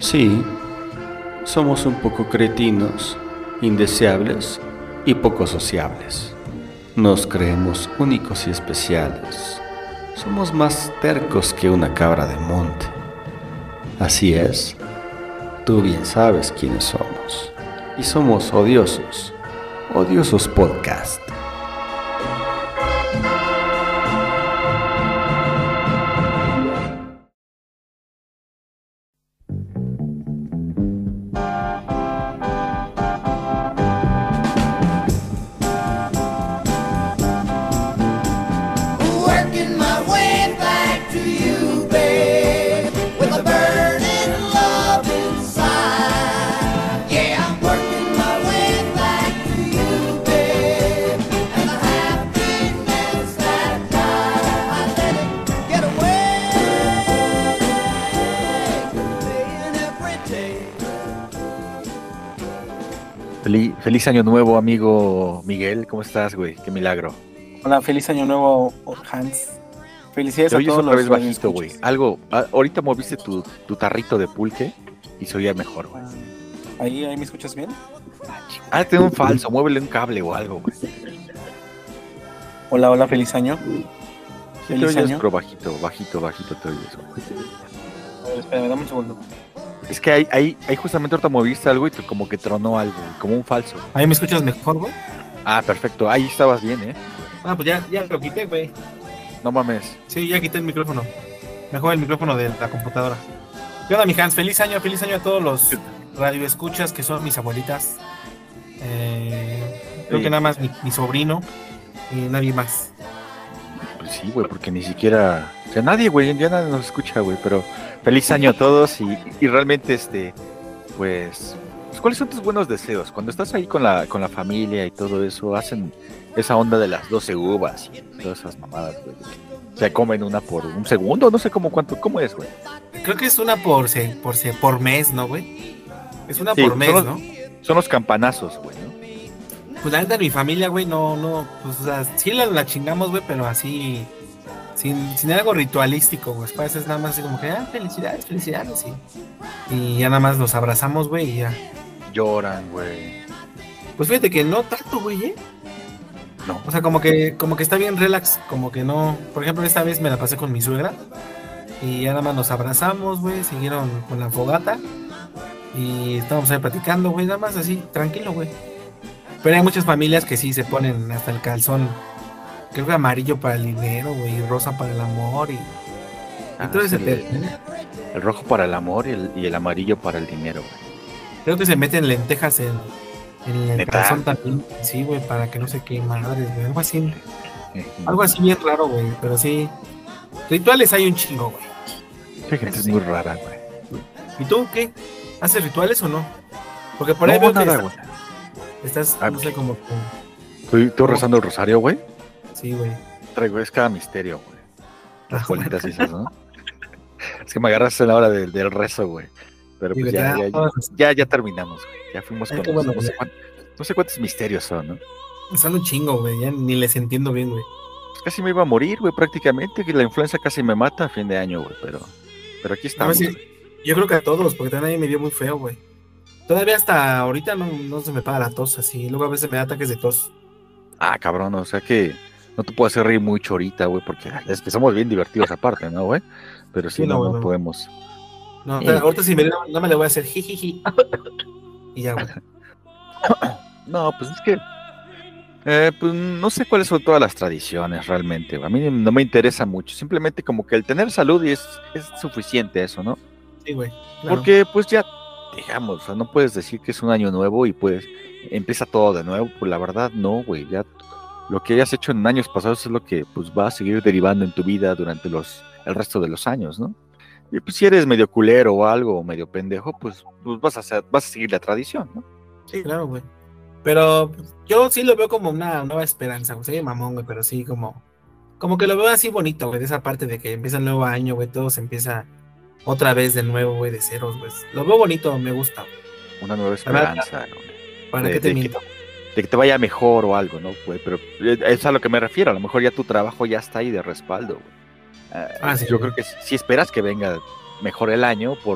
Sí, somos un poco cretinos, indeseables y poco sociables. Nos creemos únicos y especiales. Somos más tercos que una cabra de monte. Así es, tú bien sabes quiénes somos. Y somos odiosos, odiosos podcast. Working my way back to you, babe, with a burning love inside. Yeah, I'm working my way back to you, babe, and the happiness that I let it get away, playing every day. Feliz año nuevo, amigo Miguel. ¿Cómo estás, güey? Qué milagro. Hola, feliz año nuevo, Hans. Felicidades Te a oyes todos otra los vez bajito, güey. radioescuchas. Ahorita moviste tu tarrito de pulque y se oía mejor, güey. Ahí me escuchas bien. Tiene un falso, muévele un cable o algo, güey. Hola, feliz año. Sí te Feliz oyes, año. pero bajito te oyes, güey. A ver, espérame, dame un segundo. Es que ahí justamente ahorita moviste algo y como que tronó algo, como un falso. Ahí me escuchas mejor, güey. Perfecto. Ahí estabas bien, ¿eh? Pues ya lo quité, güey. No mames. Sí, ya quité el micrófono. Mejor el micrófono de la computadora. ¿Qué onda, mi Hans? Feliz año a todos los radioescuchas que son mis abuelitas. Creo Sí. que nada más mi sobrino y nadie más. Pues sí, güey, porque ni siquiera... O sea, nadie, güey, ya nadie nos escucha, güey, pero feliz año a todos y realmente, pues, ¿cuáles son tus buenos deseos? Cuando estás ahí con la familia y todo eso, hacen esa onda de las 12 uvas y todas esas mamadas, güey. Se comen una por un segundo, no sé cómo es, güey. Creo que es una por mes, ¿no, güey? Es una Sí, por mes, son los- ¿no? Son los campanazos, güey, ¿no? Pues la neta, mi familia, güey, no, pues, o sea, sí la chingamos, güey, pero así, sin algo ritualístico, güey. Pues es nada más así como que, felicidades, y ya nada más nos abrazamos, güey, y ya. Lloran, güey. Pues fíjate que no tanto, güey, ¿eh? No. O sea, como que está bien relax, como que no. Por ejemplo, esta vez me la pasé con mi suegra, y ya nada más nos abrazamos, güey, siguieron con la fogata, y estábamos ahí platicando, güey, nada más así, tranquilo, güey. Pero hay muchas familias que sí se ponen hasta el calzón, creo que amarillo para el dinero, güey, y rosa para el amor, y todo ese Sí, pedo, ¿no? el rojo para el amor y el amarillo para el dinero, güey. Creo que se meten lentejas en el ¿Neta? calzón también, sí, güey, para que no se quede madres, güey, algo así bien raro, güey, pero sí, rituales hay un chingo, güey. Esa gente es muy rara, güey. ¿Y tú qué? ¿Haces rituales o no? Porque por ahí No, veo que nada, güey. estás, no sé, como Estoy rezando el rosario, güey. sí, güey. Traigo, es cada misterio, güey. Las Ah, bolitas esas, ¿no? Es que me agarraste en la hora del rezo, güey. Pero Sí, pues güey, ya terminamos, güey. Ya fuimos Ay, con qué bueno, no sé no sé cuántos misterios son, ¿no? son un chingo, güey, ya ni les entiendo bien, güey. Pues casi me iba a morir, güey, prácticamente, que la influenza casi me mata a fin de año, güey, pero aquí A estamos. ver si- yo creo que a todos, porque también me dio muy feo, güey. Todavía hasta ahorita no se me paga la tos así. Luego a veces me da ataques de tos. Cabrón, o sea que no te puedo hacer reír mucho ahorita, güey, porque es que somos bien divertidos aparte, ¿no, güey? Pero sí, Sí, no, no güey, no. podemos. No, Sí. pero ahorita si me dio, no me le voy a hacer jijiji. Y ya, güey. No, pues es que pues no sé cuáles son todas las tradiciones realmente, güey. A mí no me interesa mucho, simplemente como que el tener salud es suficiente eso, ¿no? Sí, güey. Claro. Porque pues ya, digamos, o sea, no puedes decir que es un año nuevo y pues empieza todo de nuevo, pues la verdad no, güey, ya lo que hayas hecho en años pasados es lo que pues va a seguir derivando en tu vida durante el resto de los años, ¿no? Y pues si eres medio culero o algo, o medio pendejo, pues vas a seguir la tradición, ¿no? Sí, claro, güey. Pero pues, yo sí lo veo como una nueva esperanza, güey. Soy mamón, güey, pero sí como que lo veo así bonito, güey, de esa parte de que empieza el nuevo año, güey, todo se empieza otra vez de nuevo, güey, de ceros, güey. Lo veo bonito, me gusta, güey. Una nueva La verdad, esperanza, ¿no? ¿para de- qué te de miento? De que te vaya mejor o algo, ¿no? Güey, pero es a lo que me refiero, a lo mejor ya tu trabajo ya está ahí de respaldo, güey. Sí, Yo güey. creo que si esperas que venga mejor el año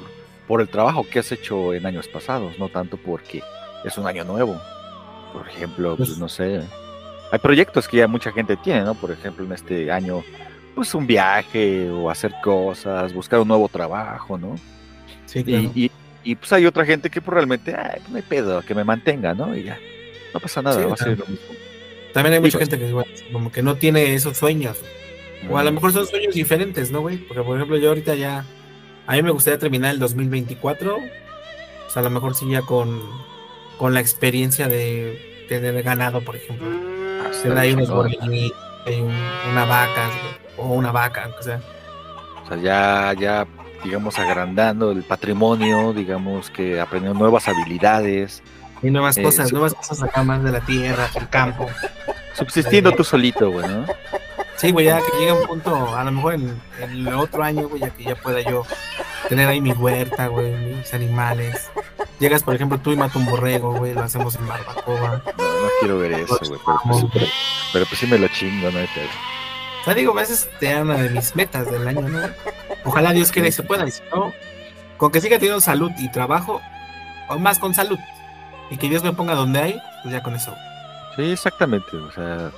por el trabajo que has hecho en años pasados, no tanto porque es un año nuevo. Por ejemplo, pues no sé, hay proyectos que ya mucha gente tiene, ¿no? Por ejemplo, en este año, pues un viaje o hacer cosas, buscar un nuevo trabajo, ¿no? Sí, claro. Y pues hay otra gente que pues, realmente, pues no hay pedo, que me mantenga, ¿no? Y ya, no pasa nada, Sí, va a claro. ser lo mismo. También hay mucha Digo, gente que igual, como que no tiene esos sueños. O a lo mejor son sueños diferentes, ¿no, güey? Porque, por ejemplo, yo ahorita ya, a mí me gustaría terminar el 2024, o sea, a lo mejor sí ya con la experiencia de tener ganado, por ejemplo. Tener estaría ahí unos chingón. borreguitos, una vaca, güey, o una vaca, aunque sea. O sea, ya, digamos, agrandando el patrimonio, digamos que aprendiendo nuevas habilidades, Y eh, sub- nuevas cosas acá más de la tierra, del campo. subsistiendo tú solito, güey, ¿no? Sí, güey, ya que llegue un punto, a lo mejor en el otro año, güey, ya que ya pueda yo tener ahí mi huerta, güey, mis animales. Llegas, por ejemplo, tú y mata un borrego, güey, lo hacemos en barbacoa. No quiero ver eso, güey, pero pues sí me lo chingo, ¿no? O sea, digo, a veces te da una de mis metas del año, ¿no? Ojalá Dios quiera y se pueda, y si no, con que siga teniendo salud y trabajo, o más con salud, y que Dios me ponga donde hay, pues ya con eso. Sí, exactamente, o sea,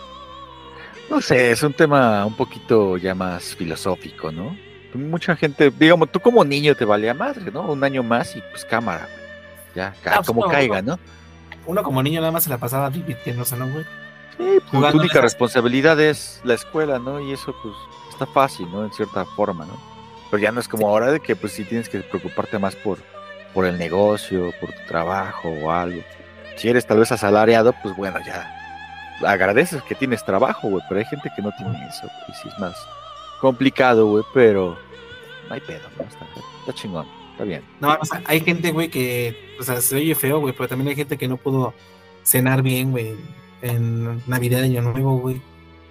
no sé, es un tema un poquito ya más filosófico, ¿no? Mucha gente, digamos, tú como niño te valía madre, ¿no? Un año más y pues cámara, güey. Ya, Ah, pues como caiga, uno, ¿no? uno como niño nada más se la pasaba divirtiéndose, ¿no, güey? Sí, tu Jugando única esas. responsabilidad es la escuela, ¿no? Y eso pues está fácil, ¿no? En cierta forma, ¿no? Pero ya no es como ahora de que pues sí tienes que preocuparte más por el negocio, por tu trabajo o algo. Si eres tal vez asalariado, pues bueno, ya agradeces que tienes trabajo, güey, pero hay gente que no tiene eso, güey, sí es más complicado, güey, pero no hay pedo, ¿no? Está chingón, está bien. No, o sea, hay gente, güey, que, o sea, se oye feo, güey, pero también hay gente que no pudo cenar bien, güey, en Navidad, Año Nuevo, güey.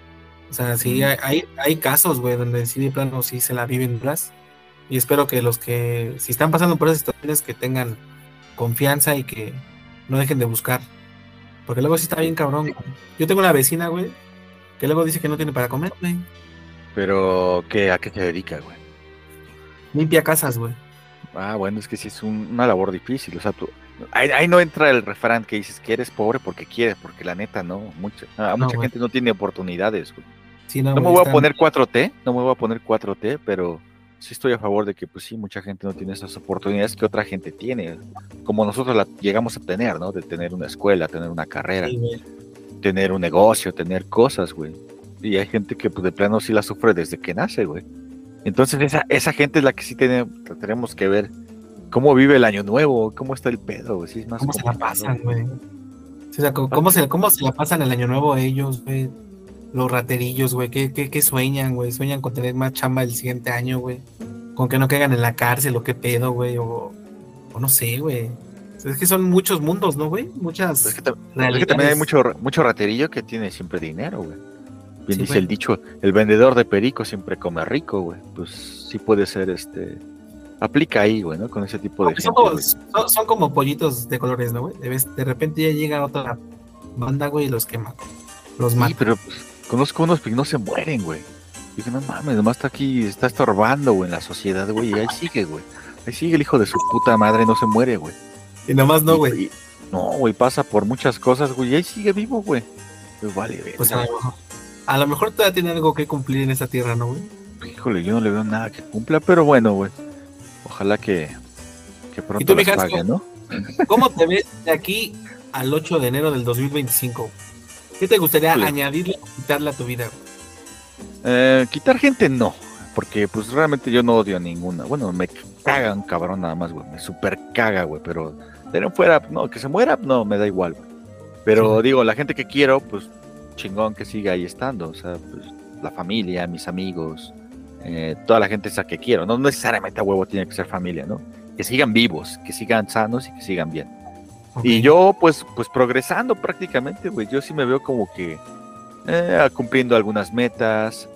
O sea, sí, Mm. hay casos, güey, donde sí de plano sí se la viven duras. Y espero que los que, si están pasando por esas situaciones, que tengan confianza y que no dejen de buscar. Porque luego sí está bien cabrón, güey. Yo tengo una vecina, güey, que luego dice que no tiene para comer, güey. Pero, ¿a qué se dedica, güey? Limpia casas, güey. Ah, bueno, es que sí es una labor difícil, o sea, ahí no entra el refrán que dices que eres pobre porque quieres, porque la neta no, No, mucha güey. gente no tiene oportunidades, güey. Sí, no, No me güey, voy a está. poner 4T, no me voy a poner 4T, pero sí estoy a favor de que, pues sí, mucha gente no tiene esas oportunidades que otra gente tiene, como nosotros la llegamos a tener, ¿no? De tener una escuela, tener una carrera, Sí, güey. tener un negocio, tener cosas, güey. Y hay gente que, pues, de plano sí la sufre desde que nace, güey. Entonces, esa gente es la que sí tenemos que ver cómo vive el año nuevo, cómo está el pedo, güey. Sí, es más ¿Cómo se la complicado. pasan, güey? Sí, o sea, cómo se la pasan el año nuevo ellos, güey? Los raterillos, güey, ¿qué sueñan, güey? Sueñan con tener más chamba el siguiente año, güey. Con que no caigan en la cárcel o qué pedo, güey. O no sé, güey. O sea, es que son muchos mundos, ¿no, güey? Pero Muchas es que también hay realidades. mucho raterillo que tiene siempre dinero, güey. Bien Sí, dice el güey. dicho, el vendedor de perico siempre come rico, güey. Pues sí puede ser, aplica ahí, güey, ¿no? Con ese tipo de Aunque gente, güey. son como pollitos de colores, ¿no, güey? De repente ya llega otra banda, güey, y los quema. Los Sí, mata. pero pues, conozco unos que no se mueren, güey. Dije, no mames, nomás está aquí, está estorbando, güey, en la sociedad, güey, y ahí sigue, güey. Ahí sigue el hijo de su puta madre, no se muere, güey. Y nomás no, güey. No, güey, pasa por muchas cosas, güey, y ahí sigue vivo, güey. Pues vale, Pues verga. a lo mejor todavía tiene algo que cumplir en esta tierra, ¿no, güey? Híjole, yo no le veo nada que cumpla, pero bueno, güey. Ojalá que Y pronto tú, las mijas, pague, ¿no? ¿cómo te ves de aquí al 8 de enero del 2025? ¿Qué te gustaría Híjole. añadirle o quitarle a tu vida, güey? Quitar gente no, porque pues realmente yo no odio a ninguna. Bueno, me caga un cabrón nada más, güey. Me super caga, güey, pero de no fuera, no, que se muera, no, me da igual, güey. Pero Sí. digo, la gente que quiero, pues chingón que siga ahí estando. O sea, pues la familia, mis amigos, toda la gente esa que quiero. No necesariamente a huevo tiene que ser familia, ¿no? Que sigan vivos, que sigan sanos y que sigan bien. Ok. Y yo, pues progresando prácticamente, güey. Yo sí me veo como que cumpliendo algunas metas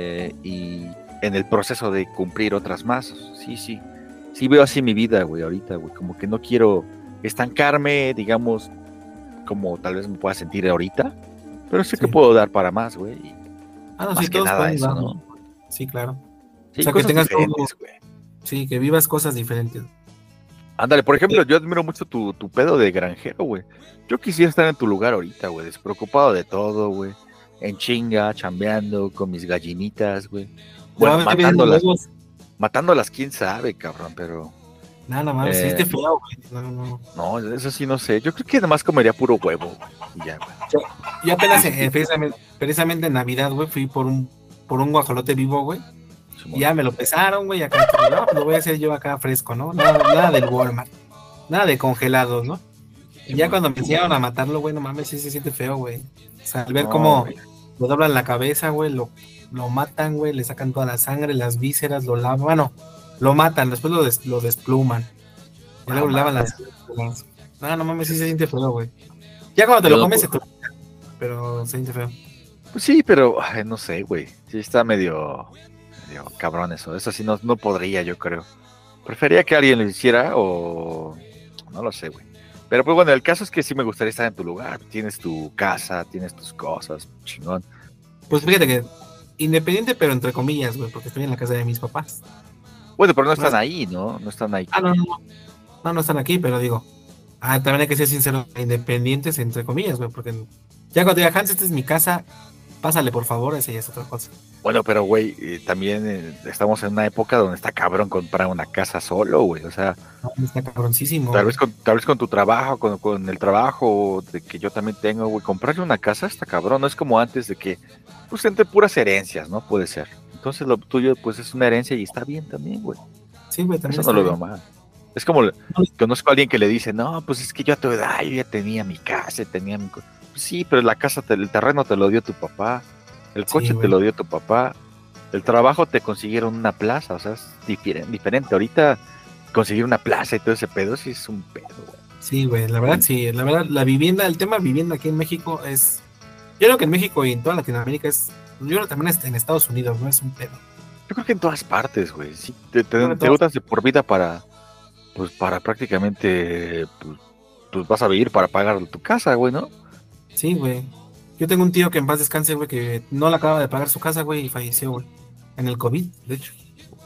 y en el proceso de cumplir otras más. Sí, sí. Sí veo así mi vida, güey, ahorita, güey. Como que no quiero estancarme, digamos, como tal vez me pueda sentir ahorita. Pero sé que Sí. puedo dar para más, güey. Y Ah, no, más sí, que todos nada podemos eso, dar, ¿no? sí, claro. Sí, O sea, que cosas tengas diferentes, güey. sí, que vivas cosas diferentes. Ándale, por ejemplo, yo admiro mucho tu pedo de granjero, güey. Yo quisiera estar en tu lugar ahorita, güey, despreocupado de todo, güey. En chinga, chambeando, con mis gallinitas, güey. Bueno, No, me vienen huevos. matándolas, quién sabe, cabrón, pero... No, no mames, sí, eh, te feo, güey. No, no. no, eso sí no sé. Yo creo que además comería puro huevo, güey, y ya, güey. Yo apenas, precisamente en Navidad, güey, fui por un guajolote vivo, güey. Y ya me lo pesaron, güey, acá, no, lo voy a hacer yo acá fresco, ¿no? Nada del Walmart, nada de congelados, ¿no? Y ya cuando me enseñaron a matarlo, güey, no mames, sí se siente feo, güey. O sea, al ver No, cómo güey. le doblan la cabeza, güey, lo matan, güey, le sacan toda la sangre, las vísceras, lo lavan, bueno, lo matan, después lo despluman. Y luego le lavan las... No, no mames, sí se siente feo, güey. Ya cuando te Yo lo no comes se puedo. te... Pero se siente feo. Pues sí, pero ay, no sé, güey. Sí está medio cabrón eso. Eso sí no podría, yo creo. Prefería que alguien lo hiciera o no lo sé, güey. Pero pues bueno, el caso es que sí me gustaría estar en tu lugar. Tienes tu casa, tienes tus cosas, chingón. Pues fíjate que independiente, pero entre comillas, güey, porque estoy en la casa de mis papás. Bueno, pero no están Pues- ahí, ¿no? No están ahí. Ah, no, no, no están aquí, pero digo, también hay que ser sincero, independientes, entre comillas, güey, porque ya cuando diga Hans, esta es mi casa, pásale por favor, esa ya es otra cosa. Bueno, pero güey, también estamos en una época donde está cabrón comprar una casa solo, güey. O sea, No, está cabroncísimo. tal vez con tu trabajo, con el trabajo de que yo también tengo, güey, comprarle una casa está cabrón. No es como antes de que, pues, entre puras herencias, ¿no? Puede ser. Entonces lo tuyo, pues, es una herencia y está bien también, güey. Sí, güey, también Eso está no lo veo bien. mal. Es como, conozco a alguien que le dice, no, pues es que yo a tu edad yo ya tenía mi casa, tenía mi... Pues sí, pero la casa, el terreno te lo dio tu papá, el Sí, coche te güey. lo dio tu papá, el trabajo te consiguieron una plaza, o sea, es diferente. Ahorita conseguir una plaza y todo ese pedo sí es un pedo, güey. Sí, güey, la verdad, sí, la verdad, la vivienda, el tema vivienda aquí en México es, yo creo que en México y en toda Latinoamérica es, yo creo que también en Estados Unidos, ¿no? Es un pedo. Yo creo que en todas partes, güey, sí, Sobre te todo- botas de por vida pues para prácticamente, pues vas a vivir para pagar tu casa, güey, ¿no? Sí, güey. Yo tengo un tío que en paz descanse, güey, que no le acaba de pagar su casa, güey, y falleció, güey. En el COVID, de hecho.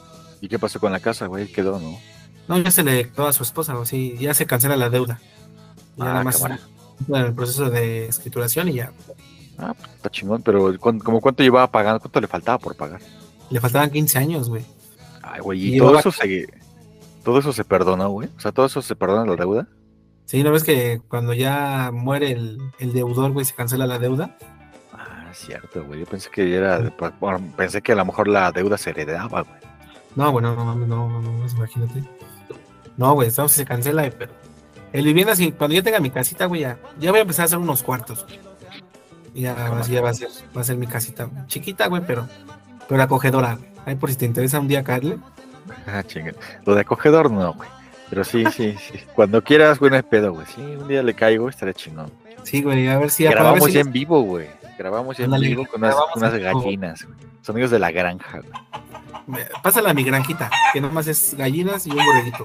¿Y qué pasó con la casa, güey? Quedó, ¿no? No, ya se le quedó a su esposa, güey, sí, ya se cancela la deuda. Y ya nada más cámara. en el proceso de escrituración y ya. Ah, pues está chingón, pero ¿como cuánto llevaba pagando? ¿Cuánto le faltaba por pagar? Le faltaban 15 años, güey. Ay, güey, Y ¿y todo llevaba- eso se perdonó, güey? O sea, ¿todo eso se perdona la deuda? Sí, ¿no ves que cuando ya muere el deudor, güey, se cancela la deuda? Ah, cierto, güey. Yo pensé que bueno, pensé que a lo mejor la deuda se heredaba, güey. No, bueno, no mames, no, imagínate. No, güey, eso se cancela, pero el vivienda, sí, cuando yo tenga mi casita, güey, ya voy a empezar a hacer unos cuartos, güey. Y ya, ahora sí ya va a ser mi casita chiquita, güey, pero acogedora, güey. Ahí por si te interesa un día caerle. Ah, chinga. Lo de acogedor no, güey. Pero sí, sí, sí. Cuando quieras, güey, no hay pedo, güey. Sí, un día le caigo, estaré chingón. Sí, güey, a ver si... para ver Grabamos si ya les- en vivo, güey. Grabamos ya en Ándale, vivo con grabamos unas en vivo. gallinas, güey. Sonidos de la granja, güey. Pásala a mi granjita, que nomás es gallinas y un borreguito.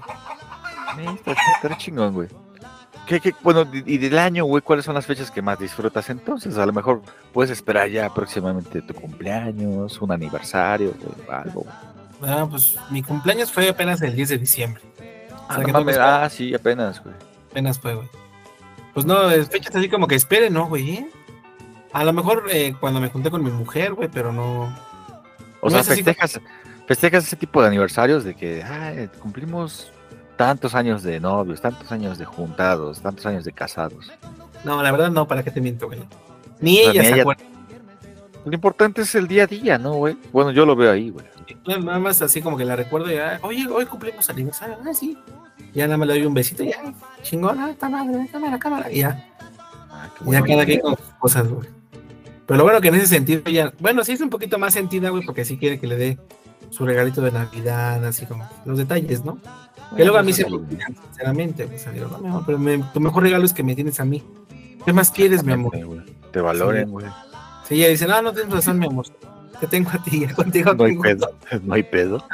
Estaré chingón, güey. Bueno, y del año, güey, ¿cuáles son las fechas que más disfrutas entonces? A lo mejor puedes esperar ya próximamente tu cumpleaños, un aniversario, güey, algo. Ah, pues mi cumpleaños fue apenas el 10 de diciembre. Ah, sea, no que tengo que mames, esperar. sí, apenas, güey. Apenas fue, güey. Pues no, fechas así como que esperen, ¿no, güey? A lo mejor cuando me junté con mi mujer, güey, pero no... O No sea, es así festejas ese tipo de aniversarios de que cumplimos tantos años de novios, tantos años de juntados, tantos años de casados. No, la verdad no, ¿para qué te miento, güey? Ni O sea, ella ni se ella- acuerda. Lo importante es el día a día, ¿no, güey? Bueno, yo lo veo ahí, güey. Nada más así como que la recuerdo y ya, oye, hoy cumplimos aniversario, sí. Ya nada más le doy un besito y ya, chingona, esta madre, cámara, y ya. Qué Y ya bueno. cada quien con sus cosas, güey. Pero lo bueno que en ese sentido ya, bueno, sí es un poquito más sentida, güey, porque sí quiere que le dé su regalito de Navidad, así como los detalles, ¿no? Que luego a mí se me olvidan, sinceramente, pues, digo, no, mi amor, pero tu mejor regalo es que me tienes a mí. ¿Qué más quieres, mi amor? Te valoren, güey. Sí, ella dice, no tienes razón, mi amor. Te tengo a ti, ya contigo No hay tengo pedo, no hay pedo.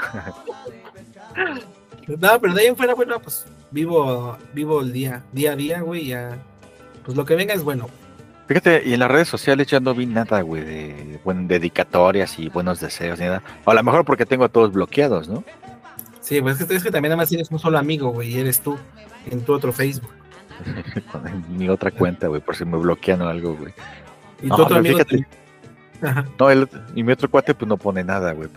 No, pero de ahí en fuera, bueno, pues vivo el día a día, güey, ya. Pues lo que venga es bueno. Fíjate, y en las redes sociales ya no vi nada, güey, de dedicatorias y buenos deseos, ni nada. O a lo mejor porque tengo a todos bloqueados, ¿no? Sí, pues es que también nada más tienes un solo amigo, güey, y eres tú, en tu otro Facebook. Con mi otra cuenta, güey, por si me bloquean o algo, güey. Y No, tu otro pero amigo fíjate. Ajá. No, y mi otro cuate, pues no pone nada, güey,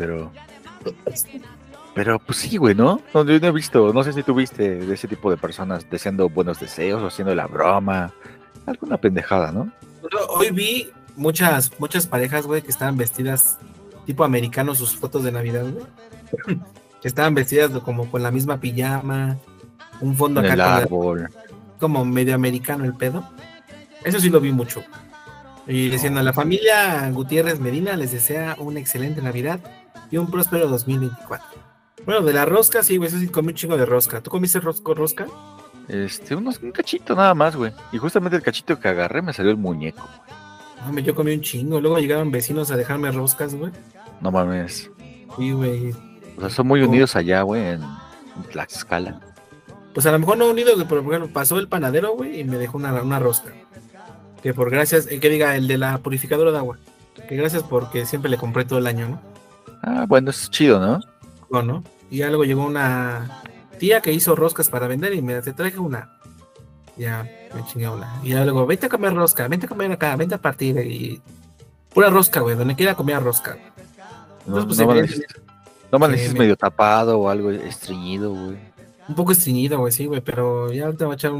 pero pues sí, güey, ¿no? No, yo no he visto, no sé si tú viste de ese tipo de personas deseando buenos deseos o haciendo la broma, alguna pendejada, ¿no? Hoy vi muchas parejas, güey, que estaban vestidas tipo americanos, sus fotos de Navidad, güey. Que estaban vestidas como con la misma pijama, un fondo En acá el con árbol. como medio americano el pedo. Eso sí lo vi mucho. Y diciendo a la familia Gutiérrez Medina les desea una excelente Navidad y un próspero 2024. Bueno, de la rosca, sí, güey, eso sí comí un chingo de rosca. ¿Tú comiste rosca? Un cachito nada más, güey. Y justamente el cachito que agarré me salió el muñeco. Hombre, yo comí un chingo. Luego llegaron vecinos a dejarme roscas, güey. No mames. Y, güey, O sea, son muy unidos allá, güey, en Tlaxcala. pues a lo mejor no unido, güey, pero por ejemplo, pasó el panadero, güey, y me dejó una rosca. Que por gracias, que diga, el de la purificadora de agua. Que gracias porque siempre le compré todo el año, ¿no? Ah, bueno, eso es chido, ¿no? ¿No? Y ya luego llegó una tía que hizo roscas para vender y me te traje una. Ya, me chingué una. Y ya luego, vente a comer rosca, vente a comer acá, vente a partir. Y pura rosca, güey, donde quiera comer rosca. No, Entonces, pues, no me evidentemente, no me que dices medio tapado o algo estreñido, güey. un poco estreñido, güey, sí, güey, pero ya te voy a echar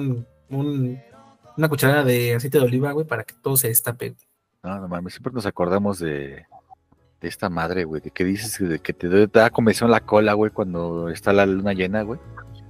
una cucharada de aceite de oliva, güey, para que todo se destape. No, no mames, siempre nos acordamos de esta madre, güey, de que dices de que te da comezón la cola, güey, cuando está la luna llena, güey.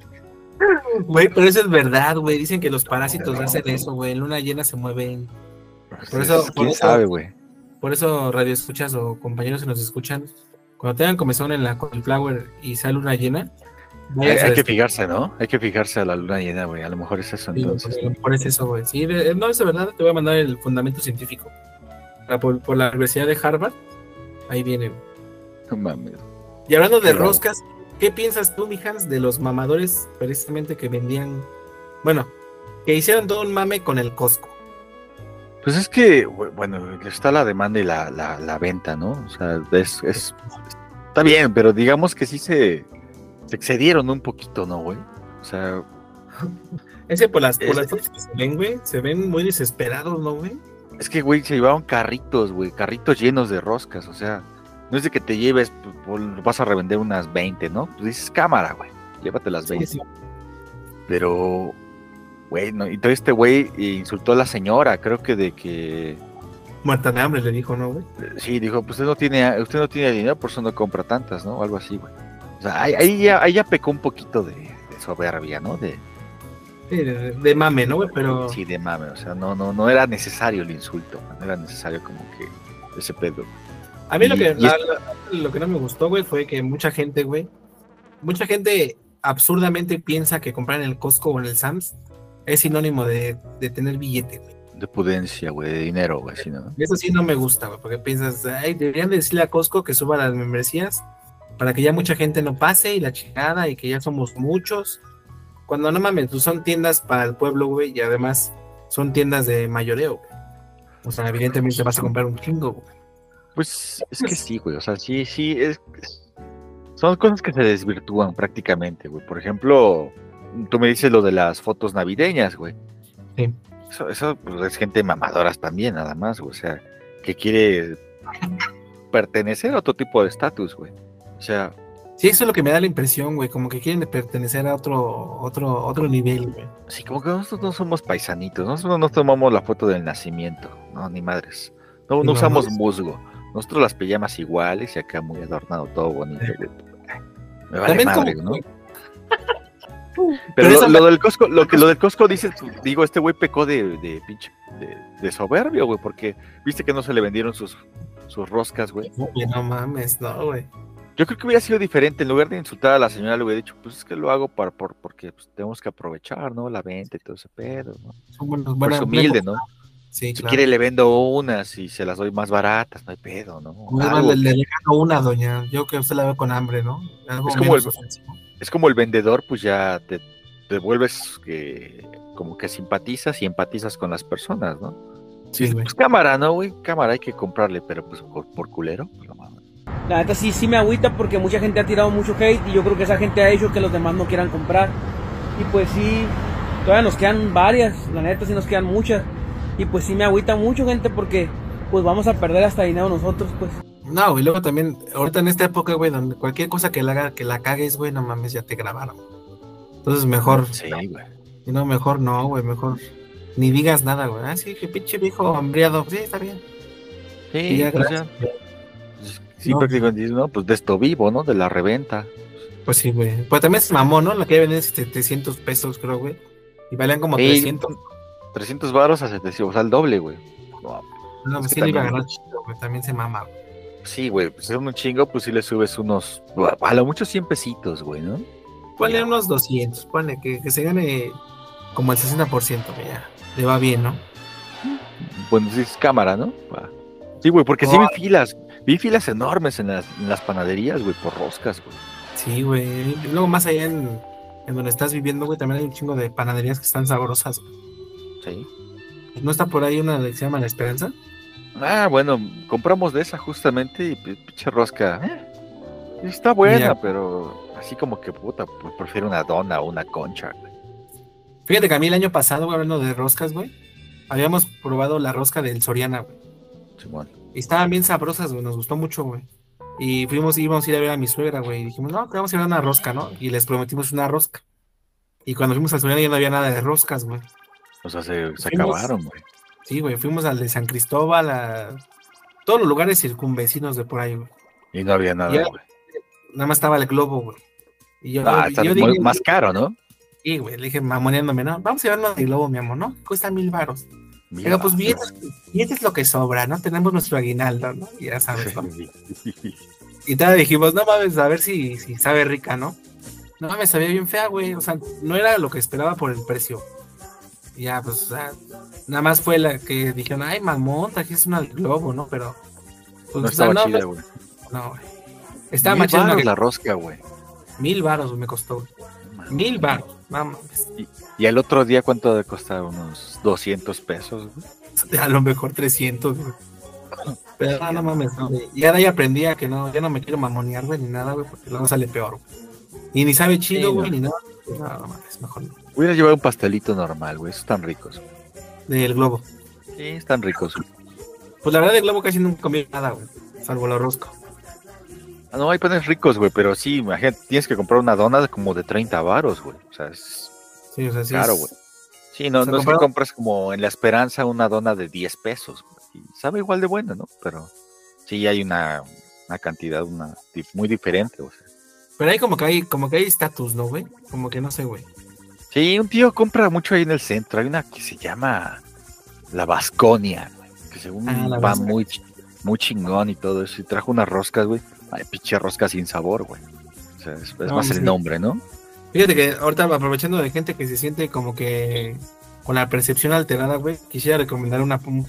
Güey, pero eso es verdad, güey. Dicen que los parásitos hacen eso, güey. En luna llena se mueven. Por eso, ¿Quién sabe, güey? por eso radio escuchas o compañeros que nos escuchan, cuando tengan comezón en la cauliflower y sale luna llena, Hay que fijarse, ¿no? Hay que fijarse a la luna llena, güey. A lo mejor es eso, entonces. Por eso, güey. Sí, no, es de verdad. Te voy a mandar el fundamento científico. Por la Universidad de Harvard. Ahí viene, güey. No mames. Y hablando de Qué raro. roscas, ¿qué piensas tú, mijans, de los mamadores precisamente que vendían, bueno, que hicieron todo un mame con el Costco? Pues es que, bueno, está la demanda y la venta, ¿no? O sea, está bien, pero digamos que sí se excedieron un poquito, ¿no, güey? O sea, Ese por las fotos que se ven, güey, se ven muy desesperados, ¿no, güey? es que, güey, se llevaban carritos, güey, carritos llenos de roscas, o sea, no es de que te lleves, pues, vas a revender unas 20, ¿no? Pues dices, cámara, güey, llévate las 20. Sí. Pero, güey, no, y todo este güey insultó a la señora, creo que de que, Muerta de hambre, le dijo, ¿no, güey? sí, dijo, pues usted no tiene dinero, por eso no compra tantas, ¿no? O algo así, güey. O sea, ahí ya pecó un poquito de soberbia, ¿no? Sí, de mame, ¿no, güey? Pero Sí, de mame, o sea, no era necesario el insulto, no era necesario como que ese pedo. a mí lo Y- que, y lo que no me gustó, güey, fue que mucha gente absurdamente piensa que comprar en el Costco o en el Sam's es sinónimo de tener billete, güey. De pudencia, güey, de dinero, güey, así, ¿no? Eso sí no me gusta, güey, porque piensas, ay, deberían de decirle a Costco que suba las membresías para que ya mucha gente no pase y la chingada y que ya somos muchos. Cuando no mames, pues son tiendas para el pueblo, güey, y además son tiendas de mayoreo, güey. O sea, evidentemente vas a comprar un chingo, güey. Pues es que sí, güey, o sea, sí, son cosas que se desvirtúan prácticamente, güey. Por ejemplo, tú me dices lo de las fotos navideñas, güey. Sí. Eso pues, es gente mamadoras también, nada más, güey. O sea, que quiere pertenecer a otro tipo de estatus, güey. O sea, Sí, eso es lo que me da la impresión, güey, como que quieren pertenecer a otro nivel, güey. sí, como que nosotros no somos paisanitos, nosotros no tomamos la foto del nacimiento, no, ni madres. No, Sí, no no, usamos no. musgo. Nosotros las pijamas iguales y acá muy adornado, todo bonito. Me vale También madre, como- ¿no? Pero Pero esa lo del Costco, lo del Costco dices, digo, este güey pecó de pinche de soberbio, güey, porque viste que no se le vendieron sus roscas, güey. Güey, no mames, no, güey. Yo creo que hubiera sido diferente, en lugar de insultar a la señora, le hubiera dicho, pues es que lo hago porque pues, tenemos que aprovechar, ¿no? La venta y todo ese pedo, ¿no? Son buenos, Pues humilde, ¿no? Sí, Si claro. quiere le vendo unas y se las doy más baratas, no hay pedo, ¿no? Más Algo. vale, le regalo una, doña. Yo que usted la ve con hambre, ¿no? Algo Es como menos el- ofensivo. Es como el vendedor, pues ya te vuelves como que simpatizas y empatizas con las personas, ¿no? Sí, güey. Pues cámara, ¿no, güey? Cámara hay que comprarle, pero pues por culero, pues, no mames. La neta sí me agüita porque mucha gente ha tirado mucho hate y yo creo que esa gente ha hecho que los demás no quieran comprar. Y pues sí, todavía nos quedan varias, la neta sí nos quedan muchas. Y pues sí me agüita mucho, gente, porque pues vamos a perder hasta dinero nosotros, pues. No, y luego también, ahorita en esta época, güey, donde cualquier cosa que la cagues, güey, no mames, ya te grabaron. Entonces mejor, Sí, güey. y no, mejor no, güey, mejor ni digas nada, güey. Ah, sí, que pinche viejo hambriado, sí, está bien. Y Sí, ya, pues gracias. ya. Sí, No, prácticamente, ¿no? Pues de esto vivo, ¿no? De la reventa. pues sí, güey. Pues también es mamón, ¿no? La que venía 700 pesos, creo, güey. Y valían como Sí, 300. 300 varos a 700, o sea, el doble, güey. No, No, es pues que sí le iba a también, ganar chido, güey. También se mama, güey. sí, güey, pues es un chingo, pues sí le subes unos, a lo mucho 100 pesitos, güey, ¿no? Ponle Ya, unos 200, ponle que se gane como el 60%, güey, ya. Le va bien, ¿no? bueno, sí es cámara, ¿no? Va. Sí, güey, porque sí vi filas enormes en las panaderías, güey, por roscas, güey. Sí, güey. Y luego más allá en donde estás viviendo, güey, también hay un chingo de panaderías que están sabrosas, güey. Sí. ¿No está por ahí una que se llama La Esperanza? Ah, bueno, compramos de esa justamente y pinche rosca. Está Mira. buena, pero así como que puta, pues prefiero una dona o una concha, güey. Fíjate que a mí el año pasado, güey, hablando de roscas, güey, habíamos probado la rosca del Soriana, güey. Simón. Y estaban bien sabrosas, güey, nos gustó mucho, güey. Y íbamos a ir a ver a mi suegra, güey. Y dijimos, no, que vamos a ir a una rosca, ¿no? Y les prometimos una rosca. Y cuando fuimos al Soriana ya no había nada de roscas, güey. O sea, se Fuimos, acabaron, güey. sí, güey, fuimos al de San Cristóbal, a todos los lugares circunvecinos de por ahí, güey. Y no había Y nada, ya güey. nada más estaba el globo, güey. Y Ah, está yo dije, más caro, ¿no? sí, güey, le dije, mamoneándome, ¿no? Vamos a llevarnos de globo, mi amor, ¿no? Cuesta 1000 varos. Pero pues billetes es lo que sobra, ¿no? Tenemos nuestro aguinaldo, ¿no? Y ya sabes, ¿no? Y todavía dijimos, no mames, a ver si sabe rica, ¿no? No mames, sabía bien fea, güey. O sea, no era lo que esperaba por el precio. Y ya, pues, o sea, nada más fue la que dijeron, ay, mamón, trajiste una del globo, ¿no? Pero, pues, No o sea, estaba chida, güey. no, güey. Estaba 1000 más chida una varos que la rosca, güey. 1000 varos, güey, me costó, güey. 1000 varos, no mames. Y el otro día, ¿cuánto de costar? Unos 200 pesos, güey. A lo mejor 300, güey. Pero no mames, no, güey. Y ahora ya aprendí a que no, ya no me quiero mamonear, güey, ni nada, güey, porque luego sale peor, güey. Y ni sabe chido, Sí, güey, no. ni nada. Pues, no, no mames, mejor no. Hubiera llevado un pastelito normal, güey. Esos están ricos. Del globo. Sí, están ricos, güey. Pues la verdad, del globo casi nunca comí nada, güey. Salvo la rosca. Ah, no, hay panes ricos, güey, pero sí, imagínate, tienes que comprar una dona de como de 30 varos, güey. O sea, es Sí, o sea, sí. caro, güey. Sí, no, O sea, no es que comparado- compras como en La Esperanza una dona de 10 pesos, güey. Y sabe igual de buena, ¿no? Pero sí hay una cantidad muy diferente, o sea. Pero hay como que hay estatus, ¿no, güey? Como que no sé, güey. Sí, un tío compra mucho ahí en el centro. Hay una que se llama La Vasconia, güey, que según La va Vasconia. muy chingón y todo eso. Y trajo unas roscas, güey. Ay, pinche rosca sin sabor, güey. O sea, es No, más pues el sí. nombre, ¿no? Fíjate que ahorita aprovechando de gente que se siente como que con la percepción alterada, güey, quisiera recomendar un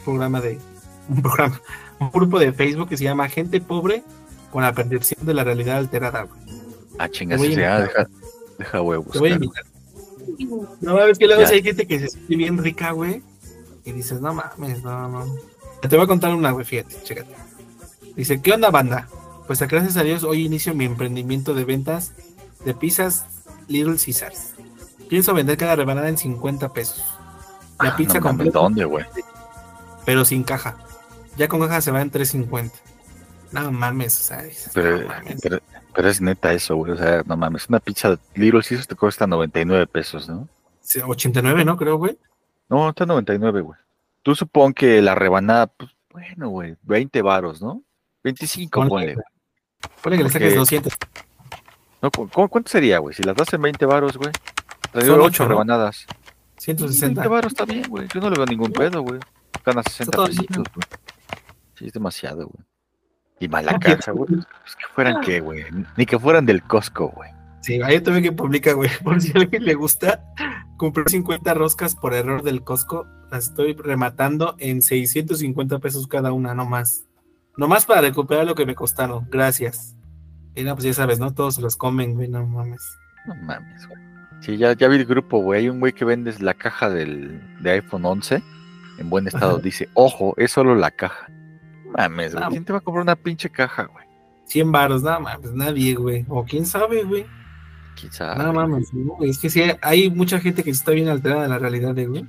grupo de Facebook que se llama Gente Pobre con la percepción de la realidad alterada, güey. Ah, chingas, Te voy a sí, invitar. deja huevos. Te voy a claro. invitar. No mames, que luego Ya. sí hay gente que se siente bien rica, güey. Y dices, no mames, no. Te voy a contar una, güey, fíjate, chécate. Dice, ¿qué onda, banda? Pues gracias a Dios hoy inicio mi emprendimiento de ventas de pizzas Little Caesars. Pienso vender cada rebanada en 50 pesos. La Ah, pizza no mames, completa, ¿dónde, güey? pero sin caja. Ya con caja se va en 3.50. No mames, o sea, dices, Pero, no mames. pero es neta eso, güey. O sea, no mames. Una pizza de Little Caesars te cuesta 99 pesos, ¿no? Sí, 89, ¿no? Creo, güey. No, está 99, güey. Tú supón que la rebanada, pues, bueno, güey, 20 varos, ¿no? 25, ponle. Güey. Ponle que le saques Porque- 200. No, ¿cuánto sería, güey? Si las das en 20 varos, güey. Te Son dio 8 ocho, ¿no? rebanadas. 160. 20 varos está bien, güey. Yo no le veo ningún pedo, güey. Ganas 60 todo pesitos, bien. güey. Sí, es demasiado, güey. Y mala caja, güey. Pues que fueran qué, güey. Ni que fueran del Costco, güey. Sí, ahí también que publica, güey. Por si a alguien le gusta, compré 50 roscas por error del Costco. Las estoy rematando en 650 pesos cada una, no más. No más para recuperar lo que me costaron. Gracias. Y no, pues ya sabes, ¿no? Todos se los comen, güey, no mames. No mames, güey. Sí, ya vi el grupo, güey. Hay un güey que vende la caja de iPhone 11 en buen estado. Ajá. Dice, ojo, es solo la caja. Mames, güey. Ah, ¿Quién te va a comprar una pinche caja, güey? 100 varos, nada más, nadie, güey. O quién sabe, güey. Quizá. Nada más, güey. Es que sí, hay mucha gente que está bien alterada de la realidad, güey.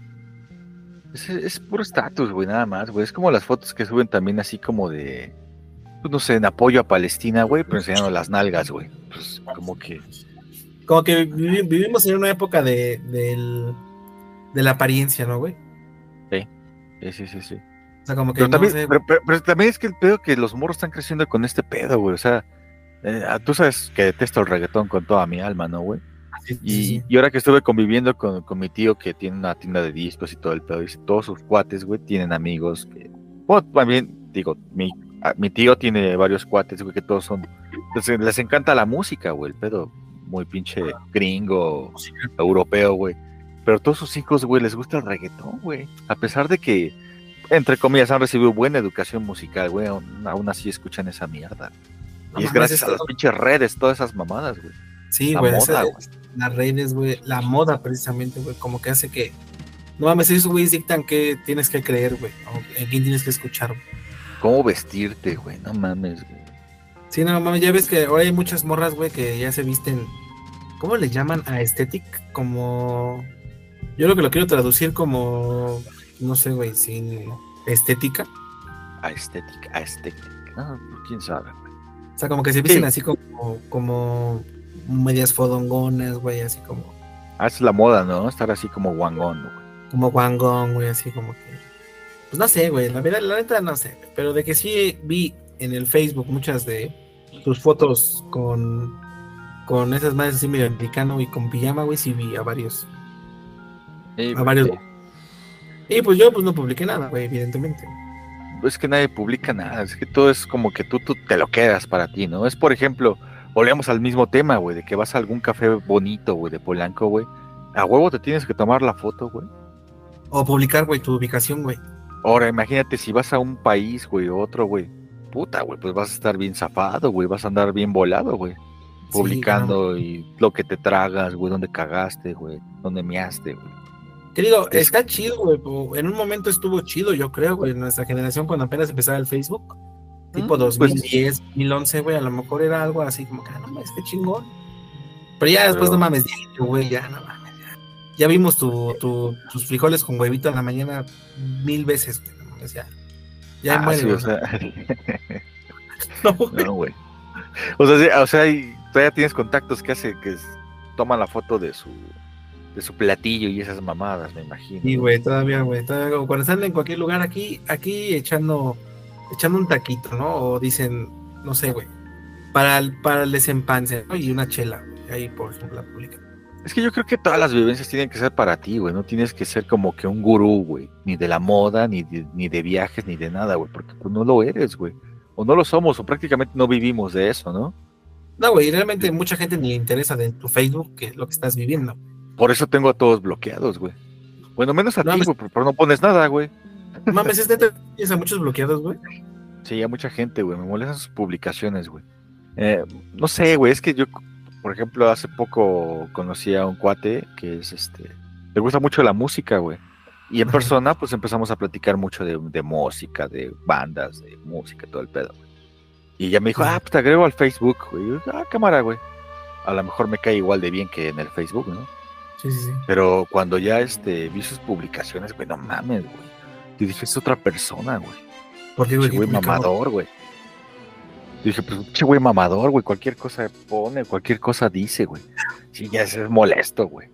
Es puro estatus, güey, nada más, güey. Es como las fotos que suben también así como de, pues, no sé, en apoyo a Palestina, güey, pero enseñando las nalgas, güey. Pues como que... Como que vivimos en una época de la apariencia, ¿no, güey? Sí. O sea, como que Pero no también, sé. pero también es que el pedo que los morros están creciendo con este pedo, güey. O sea, tú sabes que detesto el reggaetón con toda mi alma, ¿no, güey? Sí. Y ahora que estuve conviviendo con mi tío que tiene una tienda de discos y todo el pedo, dice, todos sus cuates, güey, tienen amigos que... Bueno, también, digo, mi tío tiene varios cuates, güey, que todos son... les encanta la música, güey, el pedo muy pinche gringo, europeo, güey. Pero todos sus hijos, güey, les gusta el reggaetón, güey. A pesar de que, entre comillas, han recibido buena educación musical, güey, aún así escuchan esa mierda. No Y es mames, gracias a las pinches redes, todas esas mamadas, güey. Sí, La güey. moda, güey. Las redes, güey. La moda, precisamente, güey. Como que hace que. No mames, esos güeyes dictan qué tienes que creer, güey. O en quién tienes que escuchar, güey. ¿Cómo vestirte, güey? No mames, güey. Sí, no mames, ya ves que ahora hay muchas morras, güey, que ya se visten. ¿Cómo le llaman a aesthetic? Como. Yo lo que lo quiero traducir como. No sé, güey, sin estética. Aesthetic. No, quién sabe, güey. O sea, como que se visten Sí. así como medias fodongonas, güey, así como Es la moda, ¿no? Estar así como guangón, güey. como guangón, güey, así como que pues no sé, güey, la verdad, la neta no sé, pero de que sí vi en el Facebook muchas de tus fotos con esas madres así medio americano y con pijama, güey, sí vi a varios. Sí, A varios. sí. Y pues yo pues no publiqué nada, güey, evidentemente. Es que nadie publica nada, es que todo es como que tú te lo quedas para ti, ¿no? Es, por ejemplo, volvemos al mismo tema, güey, de que vas a algún café bonito, güey, de Polanco, güey. A huevo te tienes que tomar la foto, güey. O publicar, güey, tu ubicación, güey. Ahora, imagínate si vas a un país, güey, o otro, güey. Puta, güey, pues vas a estar bien zafado, güey, vas a andar bien volado, güey. Publicando y lo que te tragas, güey, dónde cagaste, güey, dónde measte, güey. Te digo, Es- está chido, güey. En un momento estuvo chido, yo creo, güey. En nuestra generación, cuando apenas empezaba el Facebook, tipo Pues, 2010, 2011, güey, a lo mejor era algo así como que, no mames, qué chingón. Pero ya después, Pero- no mames, güey, ya, no mames. Ya vimos tus frijoles con huevito en la mañana 1000 veces, güey. No mames, ya muere, sí, güey. o sea, No, güey. no, güey. O sea, y todavía tienes contactos que toman la foto de su platillo y esas mamadas, me imagino. Sí, güey, todavía, güey. Todavía, como cuando están en cualquier lugar aquí echando un taquito, ¿no? O dicen, no sé, güey, para el desempance, ¿no? Y una chela, güey, ahí por ejemplo la pública. Es que yo creo que todas las vivencias tienen que ser para ti, güey. No tienes que ser como que un gurú, güey. Ni de la moda, ni de viajes, ni de nada, güey. Porque pues no lo eres, güey. O no lo somos, o prácticamente no vivimos de eso, ¿no? No, güey, realmente mucha gente ni le interesa de tu Facebook que es lo que estás viviendo. Por eso tengo a todos bloqueados, güey. Bueno, menos a No, ti, mames. güey, pero no pones nada, güey. No mames, es neta, tienes a muchos bloqueados, güey. Sí, a mucha gente, güey. Me molestan sus publicaciones, güey. No sé, güey. Es que yo, por ejemplo, hace poco conocí a un cuate que es le gusta mucho la música, güey. Y en Ajá. persona, pues empezamos a platicar mucho de música, de bandas, de música, todo el pedo, güey. Y ya me dijo, Ajá. pues te agrego al Facebook, güey. Y yo, cámara, güey. A lo mejor me cae igual de bien que en el Facebook, ¿no? Sí. Pero cuando ya vi sus publicaciones, güey, no mames, güey. Yo dije, es otra persona, güey. ¿Por qué, güey? Pinche güey ¿Qué publicamos? mamador, güey. Yo dije, pues pinche güey mamador, güey. Cualquier cosa pone, cualquier cosa dice, güey. Sí, ya es molesto, güey.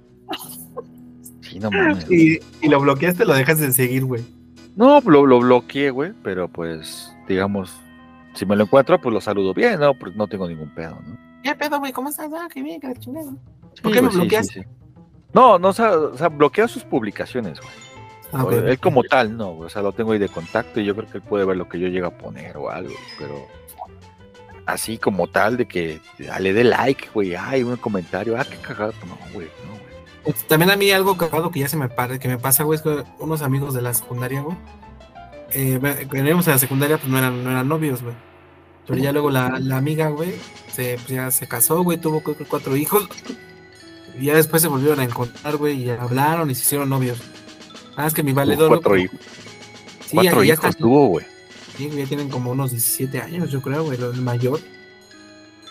Sí, no mames. Y lo bloqueaste, lo dejas de seguir, güey. No, lo bloqueé, güey. Pero pues, digamos, si me lo encuentro, pues lo saludo bien, ¿no? Porque no tengo ningún pedo, ¿no? ¿Qué pedo, güey? ¿Cómo estás? Ah, qué bien, que la chingada. Sí, ¿Por qué me güey, sí, bloqueaste? sí. No, o sea, bloquea sus publicaciones, güey. Ah, güey. Él como tal, no, güey. O sea, lo tengo ahí de contacto y yo creo que él puede ver lo que yo llego a poner o algo, pero así como tal de que le dé like, güey, ay, un comentario, qué cagado, no, güey, no, güey. También a mí algo cagado que ya que me pasa, güey, es que unos amigos de la secundaria, güey, veníamos a la secundaria, pues no eran novios, güey. Pero ya luego la amiga, güey, pues ya se casó, güey, tuvo creo que 4 hijos. Y ya después se volvieron a encontrar, güey, y hablaron y se hicieron novios. Ah, es que mi valedor. Cuatro güey, hijos. Sí, Cuatro ya hijos están, tuvo, güey. sí, ya tienen como unos 17 años, yo creo, güey, el mayor.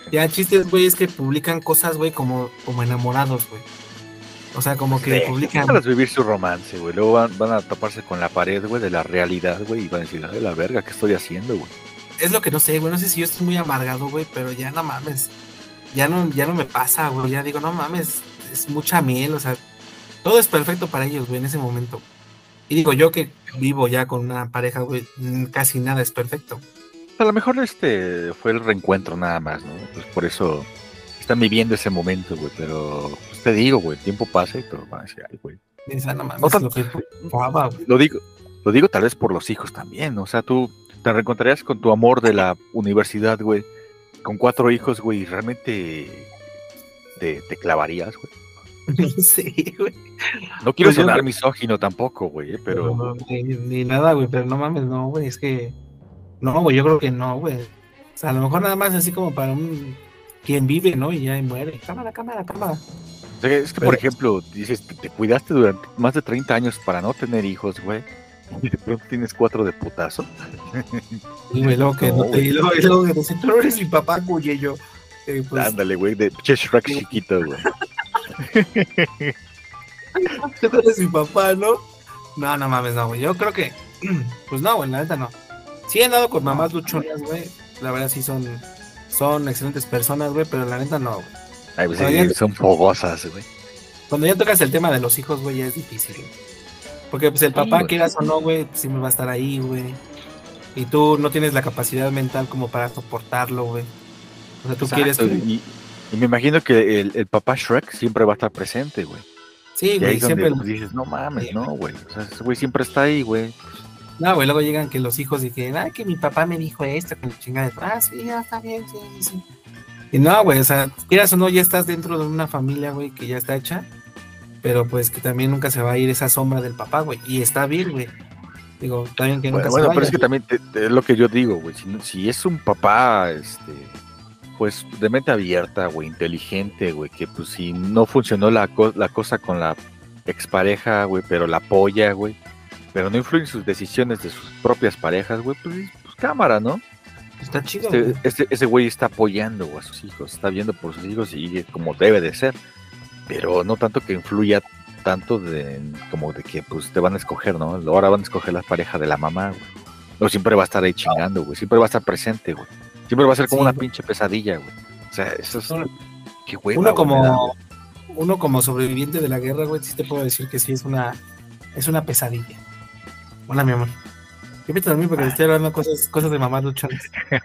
Ya el chiste, güey, es que publican cosas, güey, como enamorados, güey. O sea, como que publican... Déjalos vivir su romance, güey. Luego van a toparse con la pared, güey, de la realidad, güey, y van a decir, ay, la verga, ¿qué estoy haciendo, güey? Es lo que no sé, güey, no sé si yo estoy muy amargado, güey, pero ya no mames. Ya no me pasa, güey, ya digo, no mames, es mucha miel, o sea, todo es perfecto para ellos, güey, en ese momento. Y digo, yo que vivo ya con una pareja, güey, casi nada es perfecto. A lo mejor fue el reencuentro nada más, ¿no? Pues por eso están viviendo ese momento, güey, pero pues te digo, güey, el tiempo pasa y todo van a decir, ay, güey. Esa no mames, No es tan- lo que guapa, güey. Lo digo tal vez por los hijos también, ¿no? O sea, tú te reencontrarías con tu amor de la universidad, güey, con 4 hijos, güey, y realmente te clavarías, güey. No sé, güey. No quiero Pues yo sonar creo- misógino tampoco, güey, pero No, ni nada, güey, pero no mames, no, güey, es que... No, güey, yo creo que no, güey. O sea, a lo mejor nada más así como para un... Quien vive, ¿no? Y ya muere. Cámara. o sea, es que, por Pero- ejemplo, dices, te cuidaste durante más de 30 años para no tener hijos, güey, y de pronto tienes 4 de putazo. Y güey, luego que No, no te... Y luego que te dice, tú no eres mi papá, güey, y yo... Pues, Ándale, güey, de pinche Shrek chiquito, güey. tú no eres mi papá, ¿no? No mames, no, güey. Yo creo que... Pues no, güey, la neta no. Sí he andado con mamás luchonas, güey. La verdad sí son excelentes personas, güey, pero la neta no, güey. Ay, pues, Oye, son fogosas, güey. Cuando ya tocas el tema de los hijos, güey, ya es difícil, güey. Porque pues el papá, güey. quieras o no, güey, siempre va a estar ahí, güey. Y tú no tienes la capacidad mental como para soportarlo, güey. O sea, tú quieres Exacto, que... y me imagino que el papá Shrek siempre va a estar presente, güey. Sí, Y ahí güey, es donde siempre... pues, dices, no mames, Sí. no, güey. O sea, ese güey siempre está ahí, güey. No, güey, luego llegan que los hijos y que, que mi papá me dijo esto, que la chingada. Sí, ya está bien, sí. Y no, güey, o sea, quieras o no, ya estás dentro de una familia, güey, que ya está hecha, pero pues que también nunca se va a ir esa sombra del papá, güey. Y está bien, güey. Digo, está bien que nunca Bueno, se pero vaya. es que también es lo que yo digo, güey. Si es un papá, pues de mente abierta, güey, inteligente, güey, que pues si no funcionó la cosa con la expareja, güey, pero la apoya, güey, pero no influye en sus decisiones de sus propias parejas, güey, pues cámara, ¿no? Está chido, güey. Ese güey está apoyando, güey, a sus hijos, está viendo por sus hijos y como debe de ser, pero no tanto que influya tanto como de que pues te van a escoger, ¿no? Ahora van a escoger la pareja de la mamá, güey. No siempre va a estar ahí chingando, güey, siempre va a estar presente, güey. Siempre va a ser como Sí, una güey. pinche pesadilla, güey. O sea, eso es... Uno- Qué hueva, Uno güey, me da, como... Uno como sobreviviente de la guerra, güey, sí te puedo decir que sí es una pesadilla. Hola, mi amor. Yo me dormir porque te estoy hablando cosas de mamás luchonas.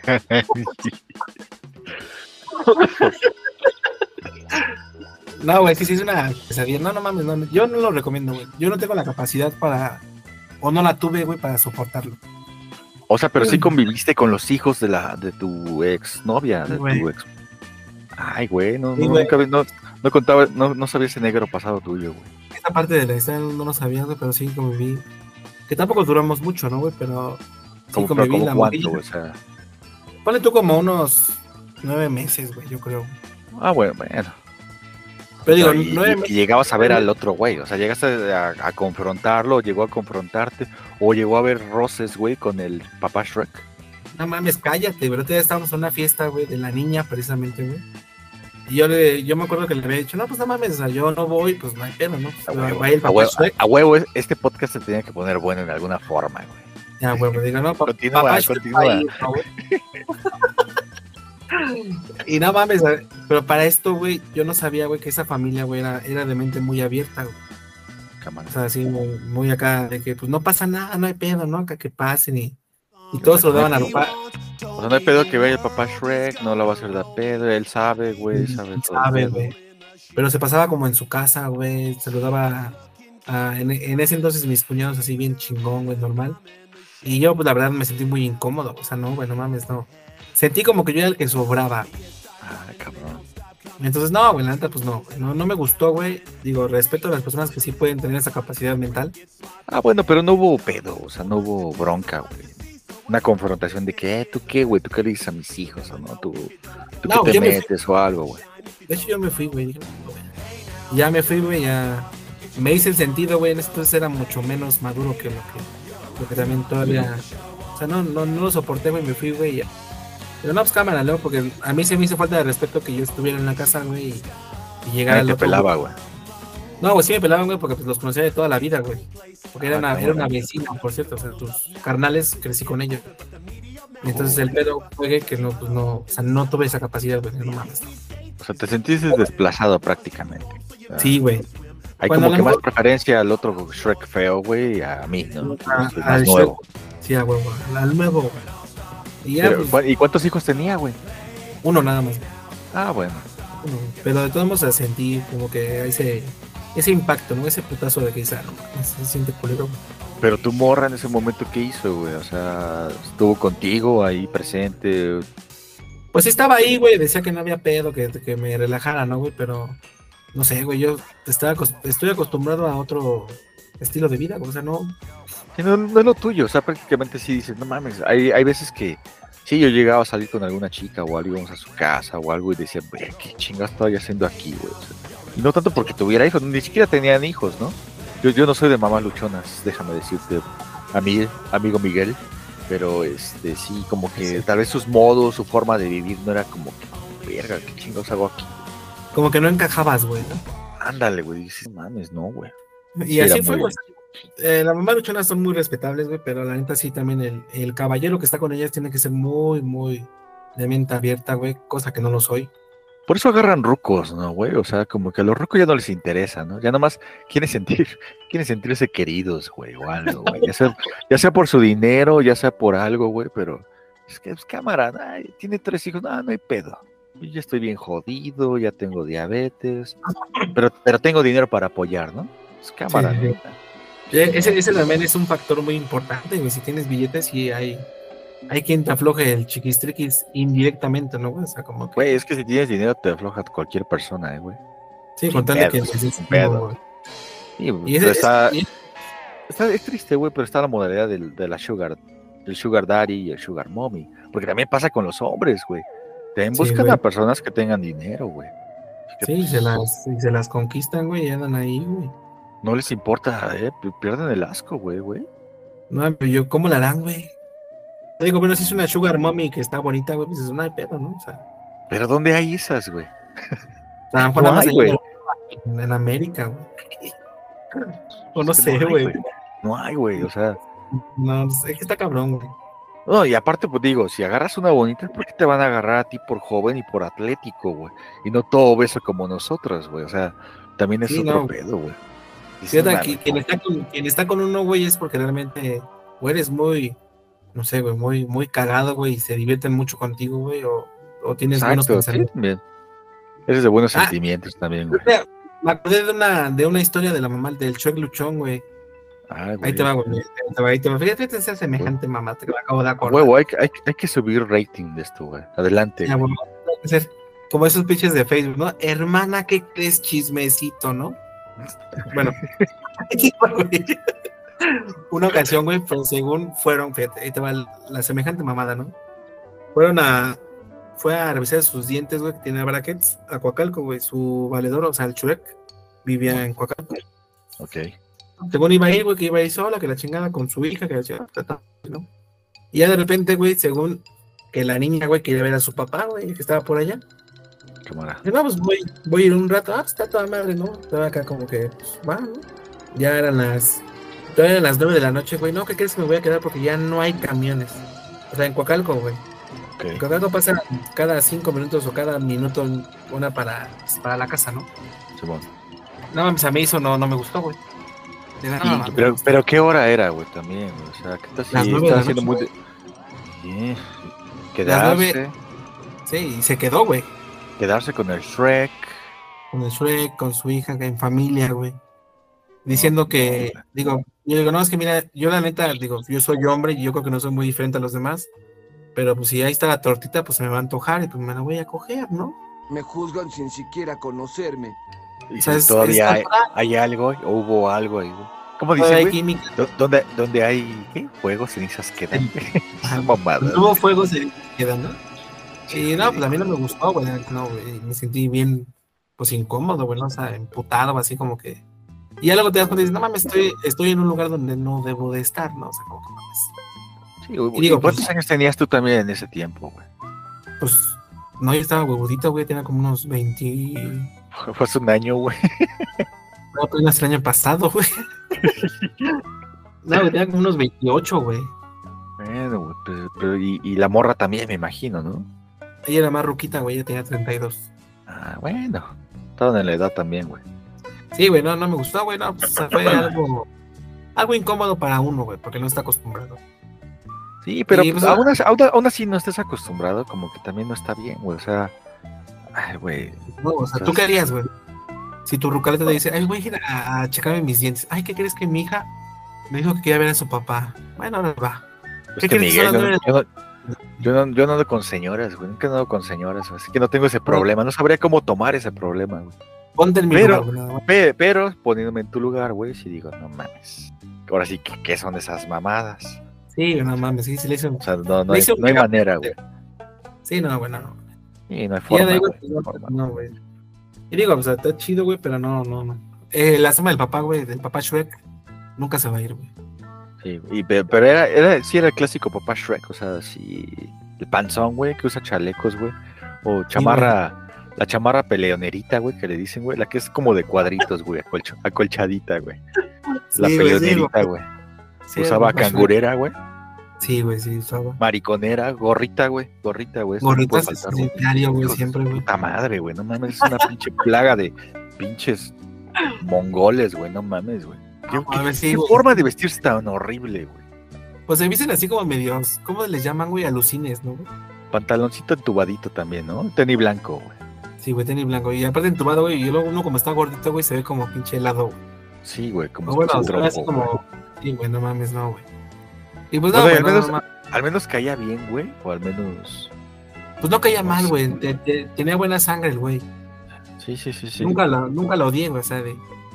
No, güey, sí es una pesadilla. No mames, no. Yo no lo recomiendo, güey. Yo no tengo la capacidad para... O no la tuve, güey, para soportarlo. O sea, pero sí conviviste con los hijos de tu ex novia, de Güey. tu ex. Ay, güey, no, Sí, no, güey. nunca no contaba, no sabía ese negro pasado tuyo, güey. Esta parte de la historia no lo sabía, güey, pero sí conviví. Que tampoco duramos mucho, ¿no, güey? Pero sí Pero conviví como la cuánto, morrilla. güey, o sea. Ponle tú como unos 9 meses, güey, yo creo. Ah, bueno. Pero digo, y 9 meses. llegabas a ver al otro güey, o sea, llegaste a confrontarlo, llegó a confrontarte, o llegó a ver roces, güey, con el papá Shrek. No mames, cállate, pero todavía estábamos en una fiesta, güey, de la niña, precisamente, güey. Y yo me acuerdo que le había dicho, no, pues no mames, o sea, yo no voy, pues no hay pedo, ¿no? A huevo, Va el a papá huevo, Shrek. a huevo, este podcast se tenía que poner bueno en alguna forma, güey. Ya, güey, digo, no, Continúa, papá Shrek continúa. va a ir, ¿no, güey? Y no mames, pero para esto, güey, yo no sabía, güey, que esa familia, güey, era de mente muy abierta, güey. Cámara. O sea, así muy acá, de que pues no pasa nada, no hay pedo, ¿no? Acá que pasen y todos se lo daban a ropa. O sea, no hay pedo que vaya el papá Shrek, no lo va a hacer de pedo, él sabe, güey, sabe todo. el Sabe, pedo. güey. Pero se pasaba como en su casa, güey, se lo daba en ese entonces mis cuñados así bien chingón, güey, normal. Y yo, pues la verdad me sentí muy incómodo, o sea, no, güey, no mames, no. Sentí como que yo era el que sobraba. Ay, cabrón. Entonces, no, güey, la neta, pues no, güey, no me gustó, güey. Digo, respeto a las personas que sí pueden tener esa capacidad mental. Ah, bueno, pero no hubo pedo, o sea, no hubo bronca, güey. Una confrontación de que, ¿tú qué, güey? ¿Tú qué le dices a mis hijos o no? ¿Tú No, qué te yo me metes o algo, güey? De hecho, yo me fui, güey. Dije, "No, güey". Ya me fui, güey, ya me hice el sentido, güey. En ese entonces era mucho menos maduro que lo que también todavía. O sea, no lo soporté, güey. Me fui, güey. Pero no, pues cámara, luego, porque a mí se me hizo falta de respeto que yo estuviera en la casa, güey, y llegara Nadie el te otro, pelaba, güey. güey. No, güey, sí me pelaban, güey, porque pues los conocía de toda la vida, güey. Porque era Ah, era una cabrón. vecina, por cierto, o sea, tus carnales crecí con ellos. Y entonces el pedo fue que no, pues no, o sea, no tuve esa capacidad, güey, no mames. O sea, te sentiste desplazado prácticamente. O sea, Sí, güey. hay Bueno, como a que lo más mejor preferencia al otro Shrek feo, güey, a mí, ¿no? a- Soy al más nuevo. Sí, a huevo, al nuevo, güey. Y ya, Pero, pues, ¿y cuántos hijos tenía, güey? uno nada más, güey. Ah, bueno. Uno. Pero de todos modos sentí como que ese impacto, ¿no? Ese putazo de que dice, no mames, se siente culero, güey. Pero tu morra en ese momento, ¿qué hizo, güey? O sea, estuvo contigo ahí presente. Pues estaba ahí, güey, decía que no había pedo, que me relajara, ¿no, güey? Pero, no sé, güey, yo estoy acostumbrado a otro estilo de vida, güey, o sea, no. Sí, no, no es lo tuyo, o sea, prácticamente sí dices, no mames, hay veces que sí, yo llegaba a salir con alguna chica o algo, íbamos a su casa o algo y decía, güey, ¿qué chingados estoy haciendo aquí, güey? O sea, y no tanto porque tuviera hijos, ni siquiera tenían hijos, ¿no? Yo no soy de mamás luchonas, déjame decirte, amigo Miguel, pero sí, como que tal vez sus modos, su forma de vivir no era como que, verga, ¿qué chingados hago aquí? Como que no encajabas, güey, ¿no? Ándale, güey, dices, mames, no, güey. Y Sí, era así fue, muy... güey. Las mamás luchonas son muy respetables, güey, pero la neta sí también el caballero que está con ellas tiene que ser muy, muy de mente abierta, güey, cosa que no lo soy. Por eso agarran rucos, ¿no, güey? O sea, como que a los rucos ya no les interesa, ¿no? Ya nomás quieren sentirse queridos, güey, o algo, güey. Ya sea por su dinero, ya sea por algo, güey, pero es que es cámara, ay, tiene 3 hijos, no hay pedo. Yo ya estoy bien jodido, ya tengo diabetes, pero tengo dinero para apoyar, ¿no? Es cámara, Sí, sí. neta. Ese también es un factor muy importante, güey. Si tienes billetes, sí hay quien te afloje el chiquistriquis indirectamente, ¿no, güey? O sea, como que. Güey, es que si tienes dinero te afloja cualquier persona, güey. Sí, Sin con tal de que pedos, necesites sin pedos. güey. Sí, Y pero y- es triste, güey, pero está la modalidad del sugar daddy y el sugar mommy. Porque también pasa con los hombres, güey. También sí, buscan güey. a personas que tengan dinero, güey. Que, Sí, pues, se las conquistan, güey, y andan ahí, güey. no les importa, pierden el asco, güey. No, pero yo, ¿cómo la harán, güey? Te digo, bueno, si es una sugar mommy que está bonita, güey, pues es una de pedo, ¿no? O sea, Pero ¿dónde hay esas, güey? a lo mejor No nada más hay, allá güey. en América, güey. O no Es que sé, no hay, güey. No hay, güey, o sea. No, es que está cabrón, güey. No, y aparte, pues digo, si agarras una bonita, ¿por qué te van a agarrar a ti por joven y por atlético, güey? Y no todo obeso como nosotros, güey. O sea, también es Sí, otro no. pedo, güey. Dices, Fíjate, mames, quien está con uno, güey, es porque realmente, güey, eres muy, no sé, güey, muy, muy cagado, güey, y se divierten mucho contigo, güey, o tienes buenos exacto, sí, pensamientos. también. Eres de buenos Ah, sentimientos también, güey. mira, me acordé de una historia de la mamá del Chuec Luchón, güey. Ah, Ahí güey. te va, güey. Ahí te va. Fíjate esa semejante mamá, te la acabo de A acordar. huevo, hay que subir rating de esto, güey. Adelante, Ya, güey. güey, hay que ser como esos pinches de Facebook, ¿no? Hermana, ¿qué crees chismecito, no? Bueno, güey. Una ocasión, güey, pues según fueron, fíjate, ahí te va la semejante mamada, ¿no? Fue a revisar sus dientes, güey, que tiene brackets, a Coacalco, güey, su valedor, o sea, el Chuec, vivía en Coacalco. Ok. Según iba a ir, güey, que iba a ir sola, que la chingada con su hija, que la chingada, ¿no? Y ya de repente, güey, según que la niña, güey, quería ver a su papá, güey, que estaba por allá. Cámara. Dice, no, pues voy a ir un rato, pues está toda madre, ¿no? Estaba acá como que, pues, va, ¿no? Ya todavía eran las 9 de la noche, güey, no, ¿qué crees que me voy a quedar? Porque ya no hay camiones. O sea, en Coacalco, güey. En Ok. Coacalco pasa cada 5 minutos o cada minuto una para la casa, ¿no? Simón. No, pues a mí eso no me gustó, güey. De nada, Y, mames. pero ¿qué hora era, güey? También, güey. O sea, ¿qué tal Las si 9 de estás la haciendo muy... noche, Sí. Las 9. Quedarse, Sí, y se quedó, güey. quedarse con el Shrek. Con el Shrek, con su hija, en familia, güey. Diciendo No, que, no, yo digo, no, es que mira, yo la neta, digo, yo soy hombre y yo creo que no soy muy diferente a los demás, pero pues si ahí está la tortita, pues se me va a antojar y pues me la voy a coger, ¿no? Me juzgan sin siquiera conocerme. Y O sea, si todavía es hay algo, o hubo algo ahí, güey. ¿Cómo todavía dicen, hay güey? química. ¿Dónde hay ¿qué? Fuego, cenizas quedan? Ajá. Esas mamadas. Nuevo fuego se queda, ¿no? Sí, Y no, pues a mí no me gustó, güey, no, güey, me sentí bien, pues incómodo, güey, ¿no? O sea, emputado, así como que... Y ya luego te das cuenta y dices, no mames, estoy en un lugar donde no debo de estar, ¿no? O sea, como que mames. Sí, güey. Y digo, ¿Y cuántos pues, años tenías tú también en ese tiempo, güey? Pues, no, yo estaba huevudito, güey, tenía como unos 20... Fue hace un año, güey. No, apenas el año pasado, güey. No, güey, tenía como unos 28, güey. Bueno, güey, pero y la morra también, me imagino, ¿no? Ella era más ruquita, güey, ella tenía 32. Ah, bueno. Estaban en la edad también, güey. Sí, güey, no me gustó, güey, no, pues fue algo incómodo para uno, güey, porque no está acostumbrado. Sí, pero Y, pues, pues, aún así no estés acostumbrado, como que también no está bien, güey. O sea, ay, güey. No, o sea, ¿tú qué harías, güey? Si tu rucaleta te dice, ay, voy a ir a checarme mis dientes. Ay, ¿qué crees que mi hija me dijo que quería ver a su papá? Bueno, ahora va. Es ¿Qué que crees que Miguel, son las 9? yo no ando con señoras, güey. Nunca he andado con señoras, así que no tengo ese problema. No sabría cómo tomar ese problema, güey. Ponte en mi Pero- lugar, güey, nada más. Pero poniéndome en tu lugar, güey, si digo, no mames. Ahora sí, ¿qué son esas mamadas? Sí, no mames, sí, le hizo. O sea, Le hizo no hay pegar. manera, güey. Sí, no, güey, no. Y no hay Y ya forma, digo, güey, no hay forma. no, güey. Y digo, o sea, está chido, güey, pero no. La sema del papá, güey, del papá Shrek, nunca se va a ir, güey. Sí, pero sí era el clásico papá Shrek, o sea, sí, el panzón, güey, que usa chalecos, güey, o chamarra, la chamarra peleonerita, güey, que le dicen, güey, la que es como de cuadritos, güey, acolchadita, güey, la Sí, güey, sí, peleonerita, güey. güey, Sí, usaba el papá Shrek. cangurera, güey, Sí, güey, sí, usaba. mariconera, gorrita, güey, eso no puede Gorritas, faltar, sí, güey. diario, güey, Hijo de siempre, su güey. puta madre, güey, no mames, es una pinche plaga de pinches mongoles, güey, no mames, güey. No mames, sí, ¿Qué güey. forma de vestirse tan horrible, güey? Pues se visten así como medios, ¿cómo les llaman, güey? Alucines, ¿no, güey? Pantaloncito entubadito también, ¿no? Tenis blanco, güey. Sí, güey, tenis blanco. Y aparte entubado, güey, y luego uno como está gordito, güey, se ve como pinche helado, güey. Sí, güey, como O bueno, si se fuese ve un así trompo, güey. como... Sí, güey, no mames, no, güey. Y pues no, Bueno, güey, al no, menos- Al menos caía bien, güey, o al menos... pues no caía mal, güey. Tenía buena sangre el güey. Sí. Nunca lo odié, güey, o sea,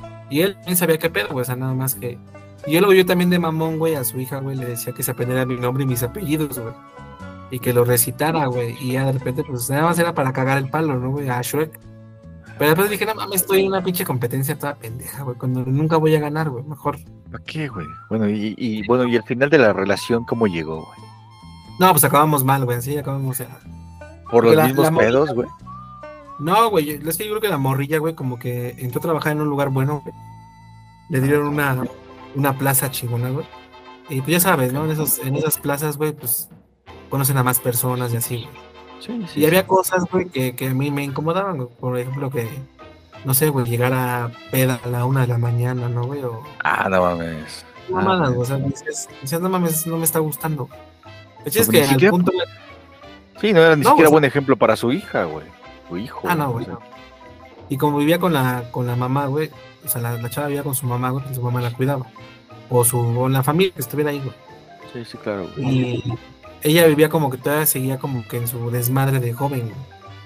y él también sabía qué pedo, güey, o sea, nada más que... Y yo también de mamón, güey, a su hija, güey, le decía que se aprendiera mi nombre y mis apellidos, güey. Y que lo recitara, güey. Y ya de repente, pues nada más era para cagar el palo, ¿no, güey? A Shrek. Pero después dije, no mames, estoy en una pinche competencia toda pendeja, güey, cuando nunca voy a ganar, güey, mejor. ¿Para qué, güey? Bueno, y al final de la relación, ¿cómo llegó, güey? No, pues acabamos mal, güey, sí, acabamos... ¿Por los La- mismos la morrilla, pedos, güey? No, güey, es que yo creo que la morrilla, güey, como que entró a trabajar en un lugar bueno, güey. Le dieron una plaza chingona, güey. Y pues ya sabes, ¿no? En esas plazas, güey, pues conocen a más personas y así, güey. Sí. Y había cosas, güey, que a mí me incomodaban, güey. Por ejemplo, que, no sé, güey, llegar a peda a la 1 de la mañana, ¿no, güey? O Ah, no mames. mamadas, güey. O sea, dices, no mames, no me está gustando, güey. El chiste es Pues que ni al siquiera- punto, güey. Sí, no era ni No, siquiera o sea- buen ejemplo para su hija, güey. Su hijo. Ah, no, o güey. sea, No. Y como vivía con la mamá, güey. O sea, la chava vivía con su mamá, güey, que su mamá la cuidaba. O la familia que estuviera ahí, güey. Sí, claro, güey. Y ella vivía como que todavía seguía como que en su desmadre de joven, güey.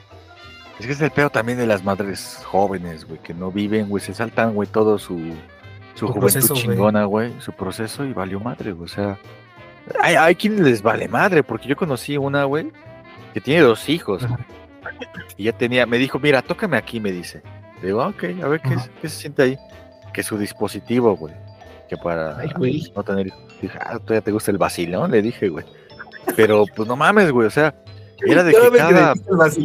Es que es el pedo también de las madres jóvenes, güey, que no viven, güey, se saltan, güey, todo su juventud proceso, güey. chingona, güey, su proceso y valió madre, güey, o sea, hay quienes les vale madre, porque yo conocí una, güey, que tiene 2 hijos, Ajá. y ya me dijo, mira, tócame aquí, me dice. Le digo, ok, a ver Ajá. qué se siente ahí, que su dispositivo, güey, que para Ay, güey. no tener hijos. Dije, todavía te gusta el vacilón, le dije, güey, pero pues no mames, güey, o sea, era de que cada...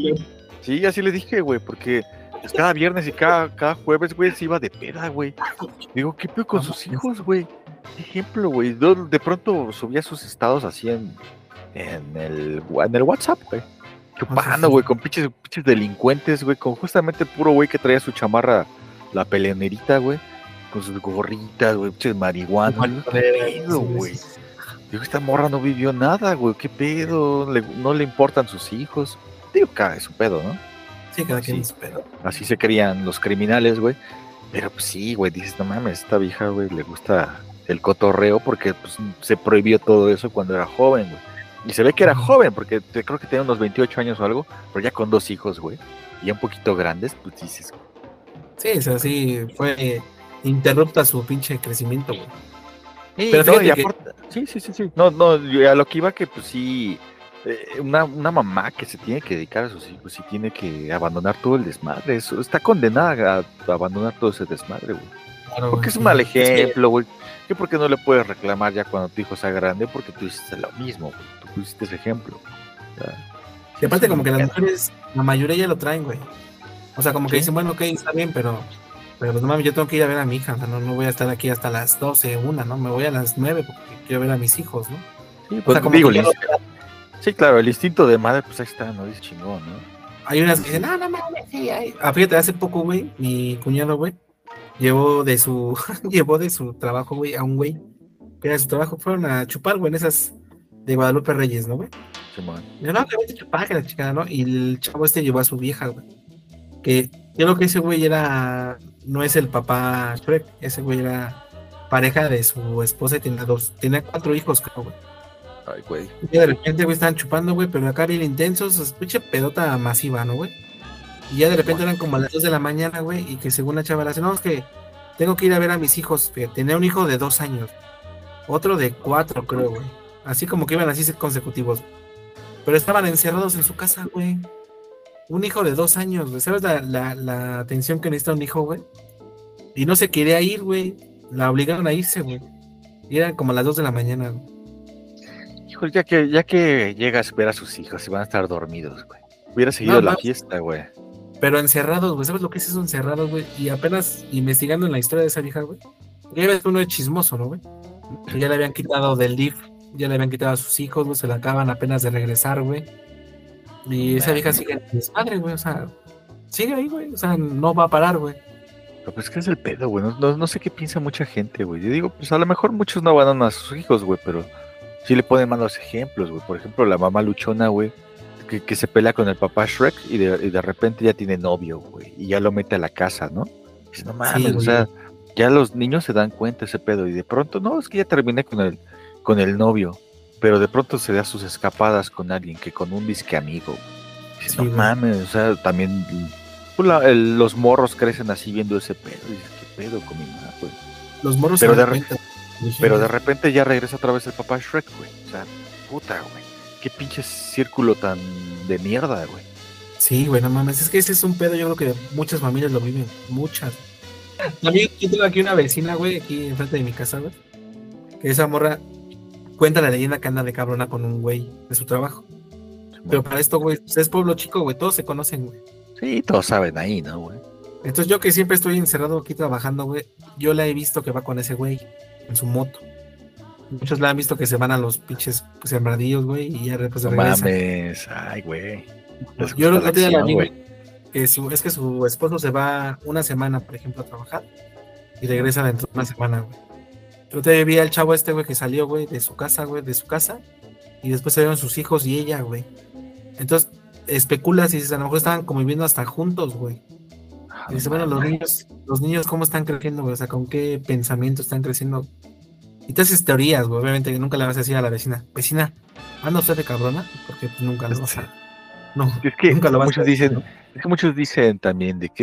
Sí, así le dije, güey, porque pues, cada viernes y cada jueves, güey, se iba de peda, güey. Digo, ¿qué pedo con sus hijos, güey? Ejemplo, güey. De pronto subía sus estados así en el WhatsApp, güey. Chupando, sí. güey, con pinches delincuentes, güey, con justamente puro güey que traía su chamarra, la peleonerita, güey, con sus gorritas, güey, pinches marihuana. Digo, ¿qué pedo, güey? Digo, esta morra no vivió nada, güey, ¿qué pedo? No le importan sus hijos. Digo, es un pedo, ¿no? Sí, cada quien Sí. es pedo. Así se creían los criminales, güey. Pero pues sí, güey, dices, no mames, esta vieja, güey, le gusta el cotorreo porque pues, se prohibió todo eso cuando era joven, güey. Y se ve que era joven, porque creo que tenía unos 28 años o algo, pero ya con 2 hijos, güey. Y ya un poquito grandes, pues dices, Sí, o sea, sí, fue interrupta su pinche crecimiento, güey. sí, Pero no, fíjate y que- aparte- sí. No, yo a lo que iba que pues sí, una mamá que se tiene que dedicar a sus hijos y tiene que abandonar todo el desmadre. Eso, está condenada a abandonar todo ese desmadre, güey. Claro, Porque güey, es sí. un mal Es que- ejemplo, güey. Que porque no le puedes reclamar ya cuando tu hijo sea grande, porque tú hiciste lo mismo, güey. Tú pusiste ese ejemplo. O sea, Y aparte Es como un que las pedo. mujeres, la mayoría ya lo traen, güey. O sea, como que Sí. dicen, bueno, ok, está bien, pero pues no mames, yo tengo que ir a ver a mi hija, o sea, no voy a estar aquí hasta las 12 una, ¿no? Me voy a las 9 porque quiero ver a mis hijos, ¿no? Sí, O pues sea, como digo, que ya lo... sí, claro, el instinto de madre, pues ahí está, ¿no? Es chingón, ¿no? Hay unas que dicen, no mames, sí, ay. Ah, fíjate, hace poco, güey, mi cuñado, güey, llevó de su, llevó de su trabajo, güey, a un güey, que era de su trabajo, fueron a chupar, güey, en esas de Guadalupe Reyes, ¿no, güey? Simón. Yo, no, que vete a chupar, que la chica, ¿no? Y el chavo este llevó a su vieja, güey. Que yo creo que ese güey era, no es el papá Shrek, ese güey era pareja de su esposa y tenía 4 hijos, creo, güey. Ay, güey. Y de repente, güey, estaban chupando, güey, pero acá bien intensos, escucha pedota masiva, ¿no, güey? Y ya de repente eran como a las 2 de la mañana, güey, y que según la chava le hace, no, es que tengo que ir a ver a mis hijos, que tenía un hijo de 2 años, otro de 4, creo, güey. Así como que iban así consecutivos. Pero estaban encerrados en su casa, güey. Un hijo de 2 años, güey. ¿Sabes la atención que necesita un hijo, güey? Y no se quería ir, güey. La obligaron a irse, güey. Y eran como las 2 de la mañana, güey. Híjole, ya que llegas a ver a sus hijos y van a estar dormidos, güey. Hubiera seguido No, la no. fiesta, güey. Pero encerrados, güey. ¿Sabes lo que es eso, encerrados, güey? Y apenas investigando en la historia de esa vieja, güey. Ya ves que uno es chismoso, ¿no, güey? Que ya le habían quitado del DIF, ya le habían quitado a sus hijos, güey. Se la acaban apenas de regresar, güey. Y esa vieja sigue en desmadre, güey. O sea, sigue ahí, güey. O sea, no va a parar, güey. Pero pues que es el pedo, güey. No sé qué piensa mucha gente, güey. Yo digo, pues a lo mejor muchos no abandonan a sus hijos, güey, pero sí le ponen malos ejemplos, güey. Por ejemplo, la mamá luchona, güey, que se pelea con el papá Shrek y de repente ya tiene novio, güey. Y ya lo mete a la casa, ¿no? Dice, no mames, Sí, o güey. sea, ya los niños se dan cuenta de ese pedo. Y de pronto, no, es que ya terminé con el novio. Pero de pronto se da sus escapadas con alguien que con un disque amigo. Dice, Sí, no güey. mames, o sea, también pues, los morros crecen así viendo ese pedo. Y dices, ¿qué pedo con mi mamá, güey? Los moros Pero se de dan re- cuenta. Pero de repente ya regresa otra vez el papá Shrek, güey. O sea, puta, güey. Qué pinche círculo tan de mierda, güey. Sí, güey, no mames. Es que ese es un pedo, yo creo que muchas familias lo viven. Muchas. También yo tengo aquí una vecina, güey, aquí enfrente de mi casa, güey. Que esa morra cuenta la leyenda que anda de cabrona con un güey de su trabajo. Pero para esto, güey, pues, es pueblo chico, güey. Todos se conocen, güey. Sí, todos saben ahí, ¿no, güey? Entonces yo que siempre estoy encerrado aquí trabajando, güey, yo la he visto que va con ese güey en su moto. Muchos la han visto que se van a los pinches sembradillos, güey, y ya después No regresan. mames. Ay, güey. Les Yo gusta el la otro día la acción, vi, güey. güey, que es que su esposo se va una semana, por ejemplo, a trabajar y regresa dentro de una semana, güey. Yo te vi al chavo este, güey, que salió, güey, de su casa, güey, de su casa, y después se vieron sus hijos y ella, güey. Entonces, especulas y dices, a lo mejor estaban conviviendo hasta juntos, güey. Ah, Y dices, no bueno, mames. los niños, ¿cómo están creciendo, güey? O sea, ¿con qué pensamiento están creciendo? Y te haces teorías, güey. Obviamente nunca le vas a decir a la vecina, ¿anda usted de cabrona? Porque pues, nunca lo vas a... No, Es que nunca lo vas a muchos decir, dicen, ¿no? es que muchos dicen también de que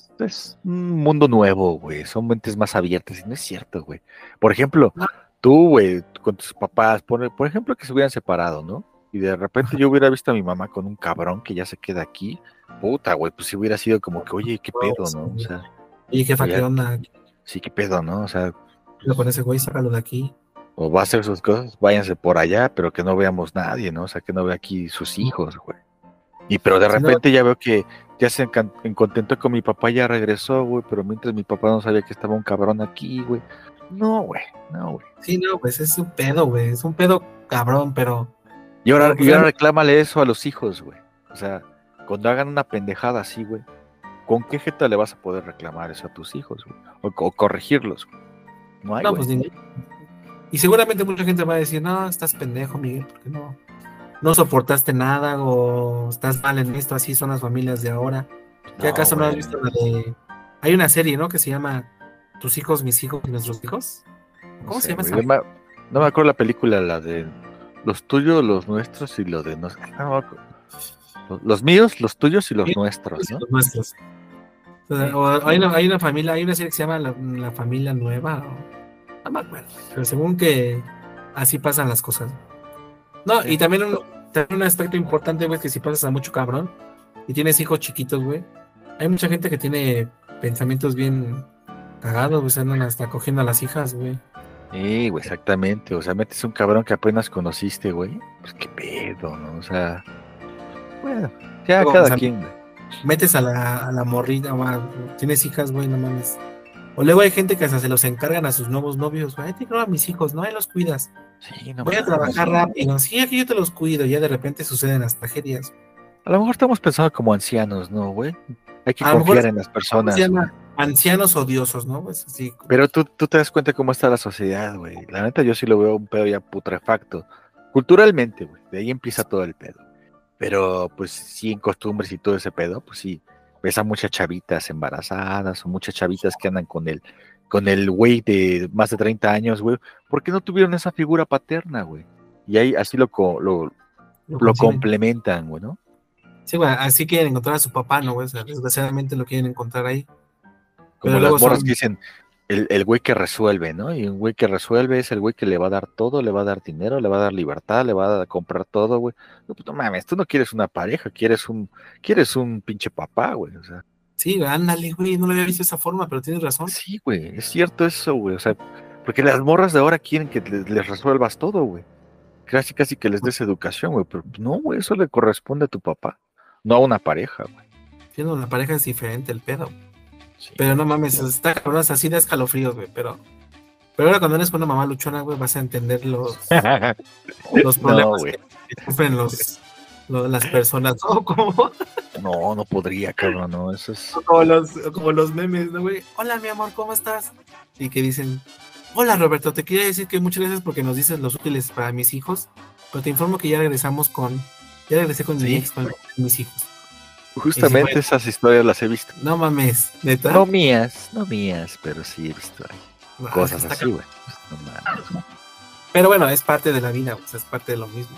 es un mundo nuevo, güey. Son mentes más abiertas y no es cierto, güey. Por ejemplo, No. tú, güey, con tus papás, por ejemplo, que se hubieran separado, ¿no? Y de repente yo hubiera visto a mi mamá con un cabrón que ya se queda aquí. Puta, güey, pues si hubiera sido como que, oye, qué pedo, ¿no? O sea, Oye, jefa, ya- ¿qué onda? sí, qué pedo, ¿no? O sea, Con ese güey, sácalo de aquí. o va a hacer sus cosas, váyanse por allá, pero que no veamos nadie, ¿no? O sea, que no vea aquí sus hijos, güey. Y pero de Si no- repente ya veo que ya se contento con mi papá, ya regresó, güey, pero mientras mi papá no sabía que estaba un cabrón aquí, güey. No, güey, no, güey. Sí, no, pues es un pedo, güey. Es un pedo cabrón, pero... Y ahora, Pero, pues, y ahora realmente- reclámale eso a los hijos, güey. O sea, cuando hagan una pendejada así, güey, ¿con qué jeta le vas a poder reclamar eso a tus hijos, güey? O corregirlos, güey. No hay, No, güey. pues ni... Y seguramente mucha gente va a decir, no, estás pendejo, Miguel, porque no soportaste nada o estás mal en esto, así son las familias de ahora. ¿Qué No, acaso no has güey. visto la de... Hay una serie, ¿no? Que se llama Tus hijos, mis hijos y nuestros hijos. No ¿Cómo sé, se llama güey. esa? No me acuerdo la película, la de los tuyos, los nuestros y lo de no, no me acuerdo. Los míos, los tuyos y los nuestros, ¿no? Los nuestros. O sea, o hay una familia, hay una serie que se llama La Familia Nueva, no me acuerdo, pero según que así pasan las cosas. No, Sí. y también un aspecto importante, güey, que si pasas a mucho cabrón y tienes hijos chiquitos, güey, hay mucha gente que tiene pensamientos bien cagados, güey, se andan hasta cogiendo a las hijas, güey. Güey, exactamente. O sea, metes un cabrón que apenas conociste, güey. Pues qué pedo, ¿no? O sea, Bueno, ya Luego, cada o sea, quien, güey. metes a la morrita, tienes hijas, güey, no mames. O luego hay gente que hasta se los encargan a sus nuevos novios, güey, te creo a mis hijos, ¿no? Ahí los cuidas. Sí, no Voy a mames. trabajar rápido, sí, aquí yo te los cuido, ya de repente suceden las tragedias. A lo mejor estamos pensando como ancianos, ¿no, güey? Hay que A lo mejor confiar en las se personas, güey. llama ancianos odiosos, ¿no? Pues así. Pero tú te das cuenta cómo está la sociedad, güey. La neta, yo sí lo veo un pedo ya putrefacto. Culturalmente, güey. De ahí empieza todo el pedo. Pero, pues, sí, en costumbres y todo ese pedo, pues sí. Ves a muchas chavitas embarazadas o muchas chavitas que andan con el güey de más de 30 años, güey. ¿Por qué no tuvieron esa figura paterna, güey? Y ahí así lo Conciben. complementan, güey, ¿no? Sí, güey, así quieren encontrar a su papá, ¿no, güey? O sea, desgraciadamente lo quieren encontrar ahí. Como Pero las luego morras son- que dicen, el güey que resuelve, ¿no? Y un güey que resuelve es el güey que le va a dar todo, le va a dar dinero, le va a dar libertad, le va a comprar todo, güey. No, pues, no mames, tú no quieres una pareja, quieres un pinche papá, güey. O sea, Sí, ándale, güey, no lo había visto de esa forma, pero tienes razón. sí, güey, es cierto eso, güey. O sea, porque las morras de ahora quieren que les resuelvas todo, güey. Casi que les des educación, güey. Pero no, güey, eso le corresponde a tu papá, no a una pareja, güey. Siendo una pareja es diferente el pedo. Sí. Pero no mames, está cabrón, es así de escalofríos, güey, pero ahora cuando eres con una mamá luchona, güey, vas a entender los No, problemas güey. que sufren las personas, ¿no? No podría, cabrón, no, eso es... Como los memes, ¿no, güey? Hola, mi amor, ¿cómo estás? Y que dicen, hola, Roberto, te quería decir que muchas gracias porque nos dices los útiles para mis hijos, pero te informo que ya regresé con mi Sí. ex, con mis hijos. Justamente güey. esas historias las he visto. No mames, neta. No mías, pero sí he visto ahí No, cosas está así, güey. No mames. Pero bueno, es parte de la vida, o sea, es parte de lo mismo.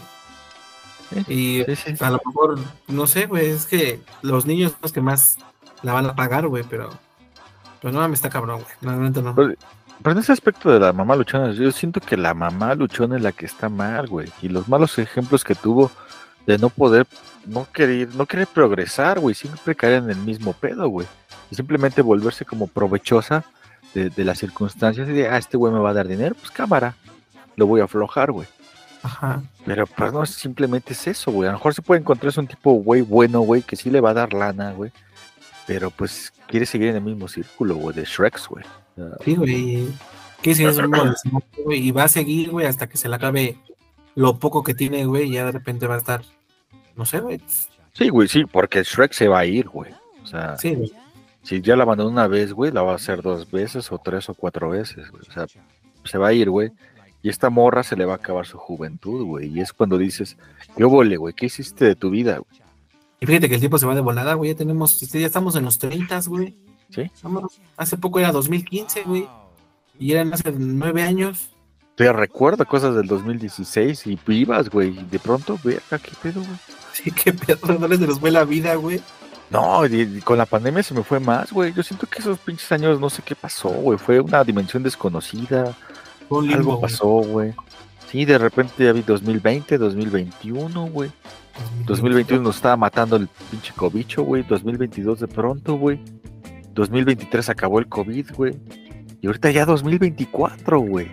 Y Sí. a lo mejor, no sé, güey, es que los niños son los que más la van a pagar, güey, pero no, me está cabrón, güey. Normalmente no. Pero en ese aspecto de la mamá luchona, yo siento que la mamá luchona es la que está mal, güey. Y los malos ejemplos que tuvo de no poder, no querer progresar, güey, siempre caer en el mismo pedo, güey. Y simplemente volverse como provechosa de las circunstancias y de, este güey me va a dar dinero, pues cámara, lo voy a aflojar, güey. Ajá. Pero pues no, simplemente es eso, güey. A lo mejor se puede encontrarse un tipo, güey, bueno, güey, que sí le va a dar lana, güey. Pero pues quiere seguir en el mismo círculo, güey, de Shreks, güey. Sí, güey. ¿Qué si es un modelo, güey? Y va a seguir, güey, hasta que se le acabe lo poco que tiene, güey, y ya de repente va a estar, no sé, güey. Sí, güey, sí, porque Shrek se va a ir, güey. O sea, Sí, güey. si ya la abandonó una vez, güey, la va a hacer 2 veces o 3 o 4 veces, güey. O sea, se va a ir, güey. Y esta morra se le va a acabar su juventud, güey. Y es cuando dices, ¿qué vole, güey? ¿Qué hiciste de tu vida, güey? Y fíjate que el tiempo se va de volada, güey. Ya estamos en los 30, güey. ¿Sí? Hace poco era 2015, güey. Y eran hace 9 años. Te recuerdo cosas del 2016 y vivas, güey. Y de pronto, verga, ¿qué pedo, güey? Sí, qué pedo, no les se nos fue la vida, güey. No, y con la pandemia se me fue más, güey. Yo siento que esos pinches años no sé qué pasó, güey. Fue una dimensión desconocida. Fue un limbo, Algo güey. pasó, güey. Sí, de repente ya vi 2020, 2021, güey. 2021 nos estaba matando el pinche cobicho, güey. 2022 de pronto, güey. 2023 acabó el COVID, güey. Y ahorita ya 2024, güey.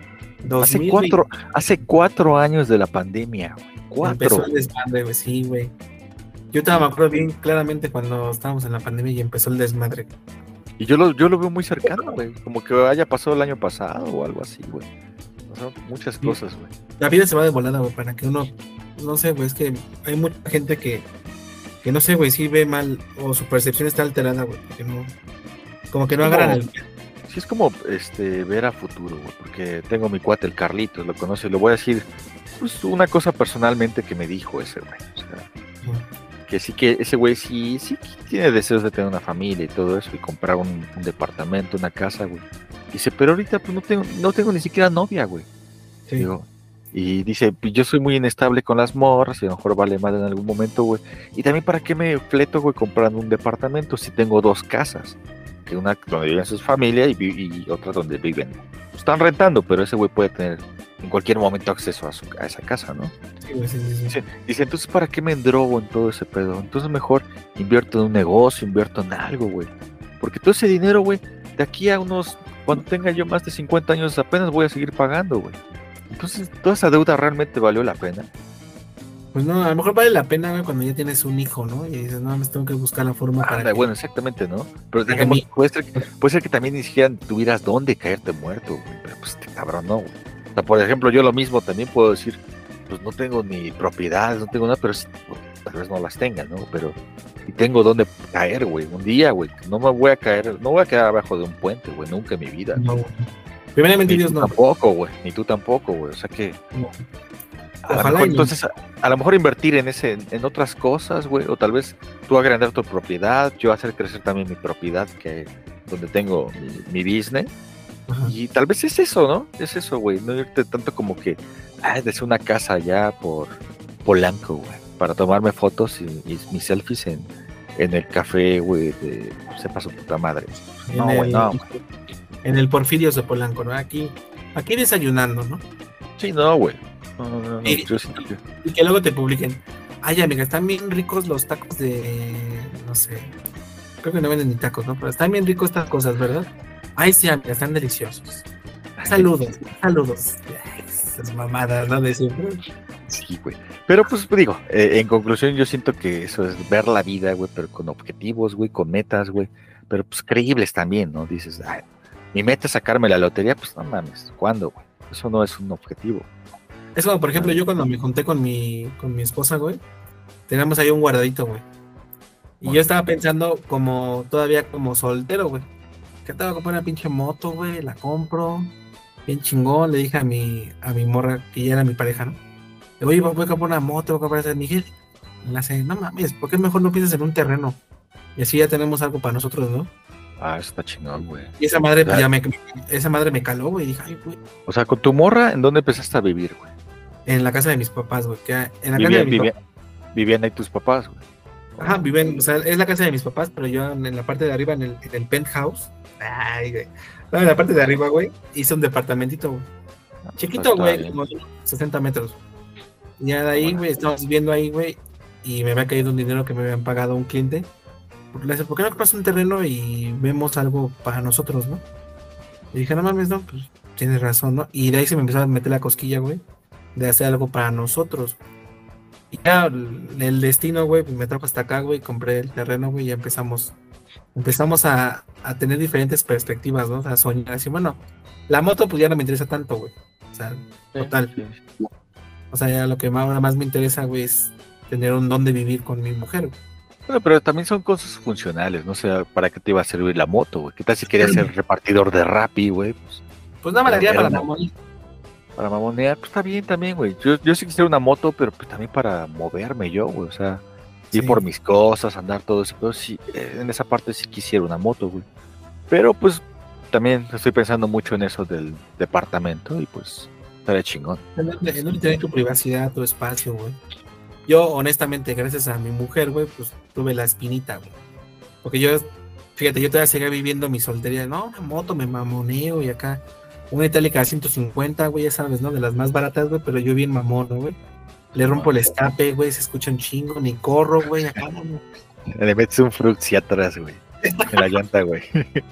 Hace 4 años de la pandemia, güey. Empezó 4. el desmadre, güey, sí, güey. Yo me acuerdo bien claramente cuando estábamos en la pandemia y empezó el desmadre. Y yo lo veo muy cercano, güey. Como que haya pasado el año pasado o algo así, güey. O sea, muchas Sí. cosas, güey. La vida se va de volada, güey, para que uno, no sé, güey, es que hay mucha gente que no sé, güey, sí ve mal o su percepción está alterada, güey, porque no, como que no ¿Cómo? agarran el... Sí, es como ver a futuro, güey, porque tengo mi cuate, el Carlitos, lo conoce, lo voy a decir, pues una cosa personalmente que me dijo ese güey, o sea, que sí que ese güey sí tiene deseos de tener una familia y todo eso, y comprar un departamento, una casa, güey. Dice, pero ahorita pues no tengo ni siquiera novia, güey. Sí. Digo, y dice, pues yo soy muy inestable con las morras y a lo mejor vale mal en algún momento, güey. Y también para qué me fleto, güey, comprando un departamento si tengo 2 casas. Que una donde viven sus familias y otra donde viven. Están rentando, pero ese güey puede tener en cualquier momento acceso a esa casa, ¿no? Sí, güey, sí. Dice, entonces ¿para qué me endrogo en todo ese pedo? Entonces mejor invierto en un negocio, invierto en algo, güey. Porque todo ese dinero, güey, de aquí a cuando tenga yo más de 50 años apenas voy a seguir pagando, güey. Entonces, ¿toda esa deuda realmente valió la pena? Pues no, a lo mejor vale la pena, güey, cuando ya tienes un hijo, ¿no? Y dices, no, me tengo que buscar la forma para que... Bueno, exactamente, ¿no? Pero para que digamos, mi- puede ser que también ni siquiera tuvieras dónde caerte muerto, güey. Pero pues este cabrón no, güey. O sea, por ejemplo, yo lo mismo también puedo decir, pues no tengo ni propiedades, no tengo nada, pero bueno, tal vez no las tenga, ¿no? Pero y tengo dónde caer, güey. Un día, güey. No me voy a caer, no voy a quedar abajo de un puente, güey. Nunca en mi vida. No, güey. Primeramente Ni Dios tú no. tampoco, güey. Ni tú tampoco, güey. O sea que No. a lo Ojalá mejor, y no. entonces, a lo mejor invertir en otras cosas, güey, o tal vez tú agrandar tu propiedad, yo hacer crecer también mi propiedad, que donde tengo mi business, Ajá. y tal vez es eso, ¿no? Es eso, güey, no irte tanto como que, desde una casa allá por Polanco, güey, para tomarme fotos y mis selfies en el café, güey, de sepa su puta madre. No, En güey, el- no. En el Porfirios de Polanco, ¿no? Aquí desayunando, ¿no? Sí, no, güey. No, Y- yo siento que... Y que luego te publiquen. Ay, amiga, están bien ricos los tacos de... No sé. Creo que no venden ni tacos, ¿no? Pero están bien ricos estas cosas, ¿verdad? Ay, sí, amiga, están deliciosos. Saludos, saludos. Ay, esas mamadas, ¿no? De siempre. Sí, güey. Pero pues digo, en conclusión yo siento que eso es ver la vida, güey, pero con objetivos, güey, con metas, güey, pero pues creíbles también, ¿no? Dices, ay, mi meta es sacarme la lotería, pues no mames, ¿cuándo, güey? Eso no es un objetivo. Es como, por ejemplo, yo cuando me junté con mi esposa, güey, teníamos ahí un guardadito, güey. Y yo estaba pensando como, todavía como soltero, güey. Que te voy a comprar una pinche moto, güey, la compro. Bien chingón, le dije a mi morra, que ya era mi pareja, ¿no? Le digo, oye, voy a comprar una moto, voy a comprar esa de Miguel. Y le hace, no mames, ¿por qué mejor no piensas en un terreno? Y así ya tenemos algo para nosotros, ¿no? Ah, eso está chingón, güey. Y esa madre, pues esa madre me caló, güey. Y dije, ay, güey, O sea, con tu morra, ¿en dónde empezaste a vivir, güey? en la casa de mis papás, güey. En la casa de mis papás. Vivían ahí tus papás, güey. Ajá, viven, o sea, es la casa de mis papás, pero yo en la parte de arriba, en el penthouse. Ay, güey. No, en la parte de arriba, güey, hice un departamentito, güey. Chiquito, Está güey, bien. como 60 metros. Y ya de ahí, Bueno. güey, estamos viviendo ahí, güey, y me había caído un dinero que me habían pagado un cliente. Le dije, ¿por qué no compras un terreno y vemos algo para nosotros, no? Y dije, no mames, no, pues tienes razón, ¿no? Y de ahí se me empezó a meter la cosquilla, güey, de hacer algo para nosotros. Y ya el destino, güey, pues me trajo hasta acá, güey, compré el terreno, güey, y ya empezamos a tener diferentes perspectivas, ¿no? O sea, soñar así, bueno, la moto pues ya no me interesa tanto, güey. O sea, total. Sí. O sea, ya lo que ahora más me interesa, güey, es tener un dónde vivir con mi mujer, güey. Bueno, pero también son cosas funcionales, no sé para qué te iba a servir la moto, güey. ¿Qué tal si querías ser repartidor de Rappi, güey? Pues nada más la haría Era para una- mamón. Para mamonear, pues está bien también, güey. Yo sí quisiera una moto, pero pues también para moverme yo, güey. O sea, ir Sí. por mis cosas, andar todo eso. Pero sí, en esa parte sí quisiera una moto, güey. Pero pues también estoy pensando mucho en eso del departamento y pues estaría chingón. En donde tener tu privacidad, tu espacio, güey. Yo, honestamente, gracias a mi mujer, güey, pues tuve la espinita, güey. Porque yo, fíjate, yo todavía seguía viviendo mi soltería. No, una moto, me mamoneo y acá. Una itálica de 150, güey, ya sabes, ¿no? De las más baratas, güey, pero yo bien mamón, ¿no, güey? Le rompo el escape, güey, se escucha un chingo, ni corro, güey, acá, no. Le metes un fruxi atrás, güey. En la llanta, güey.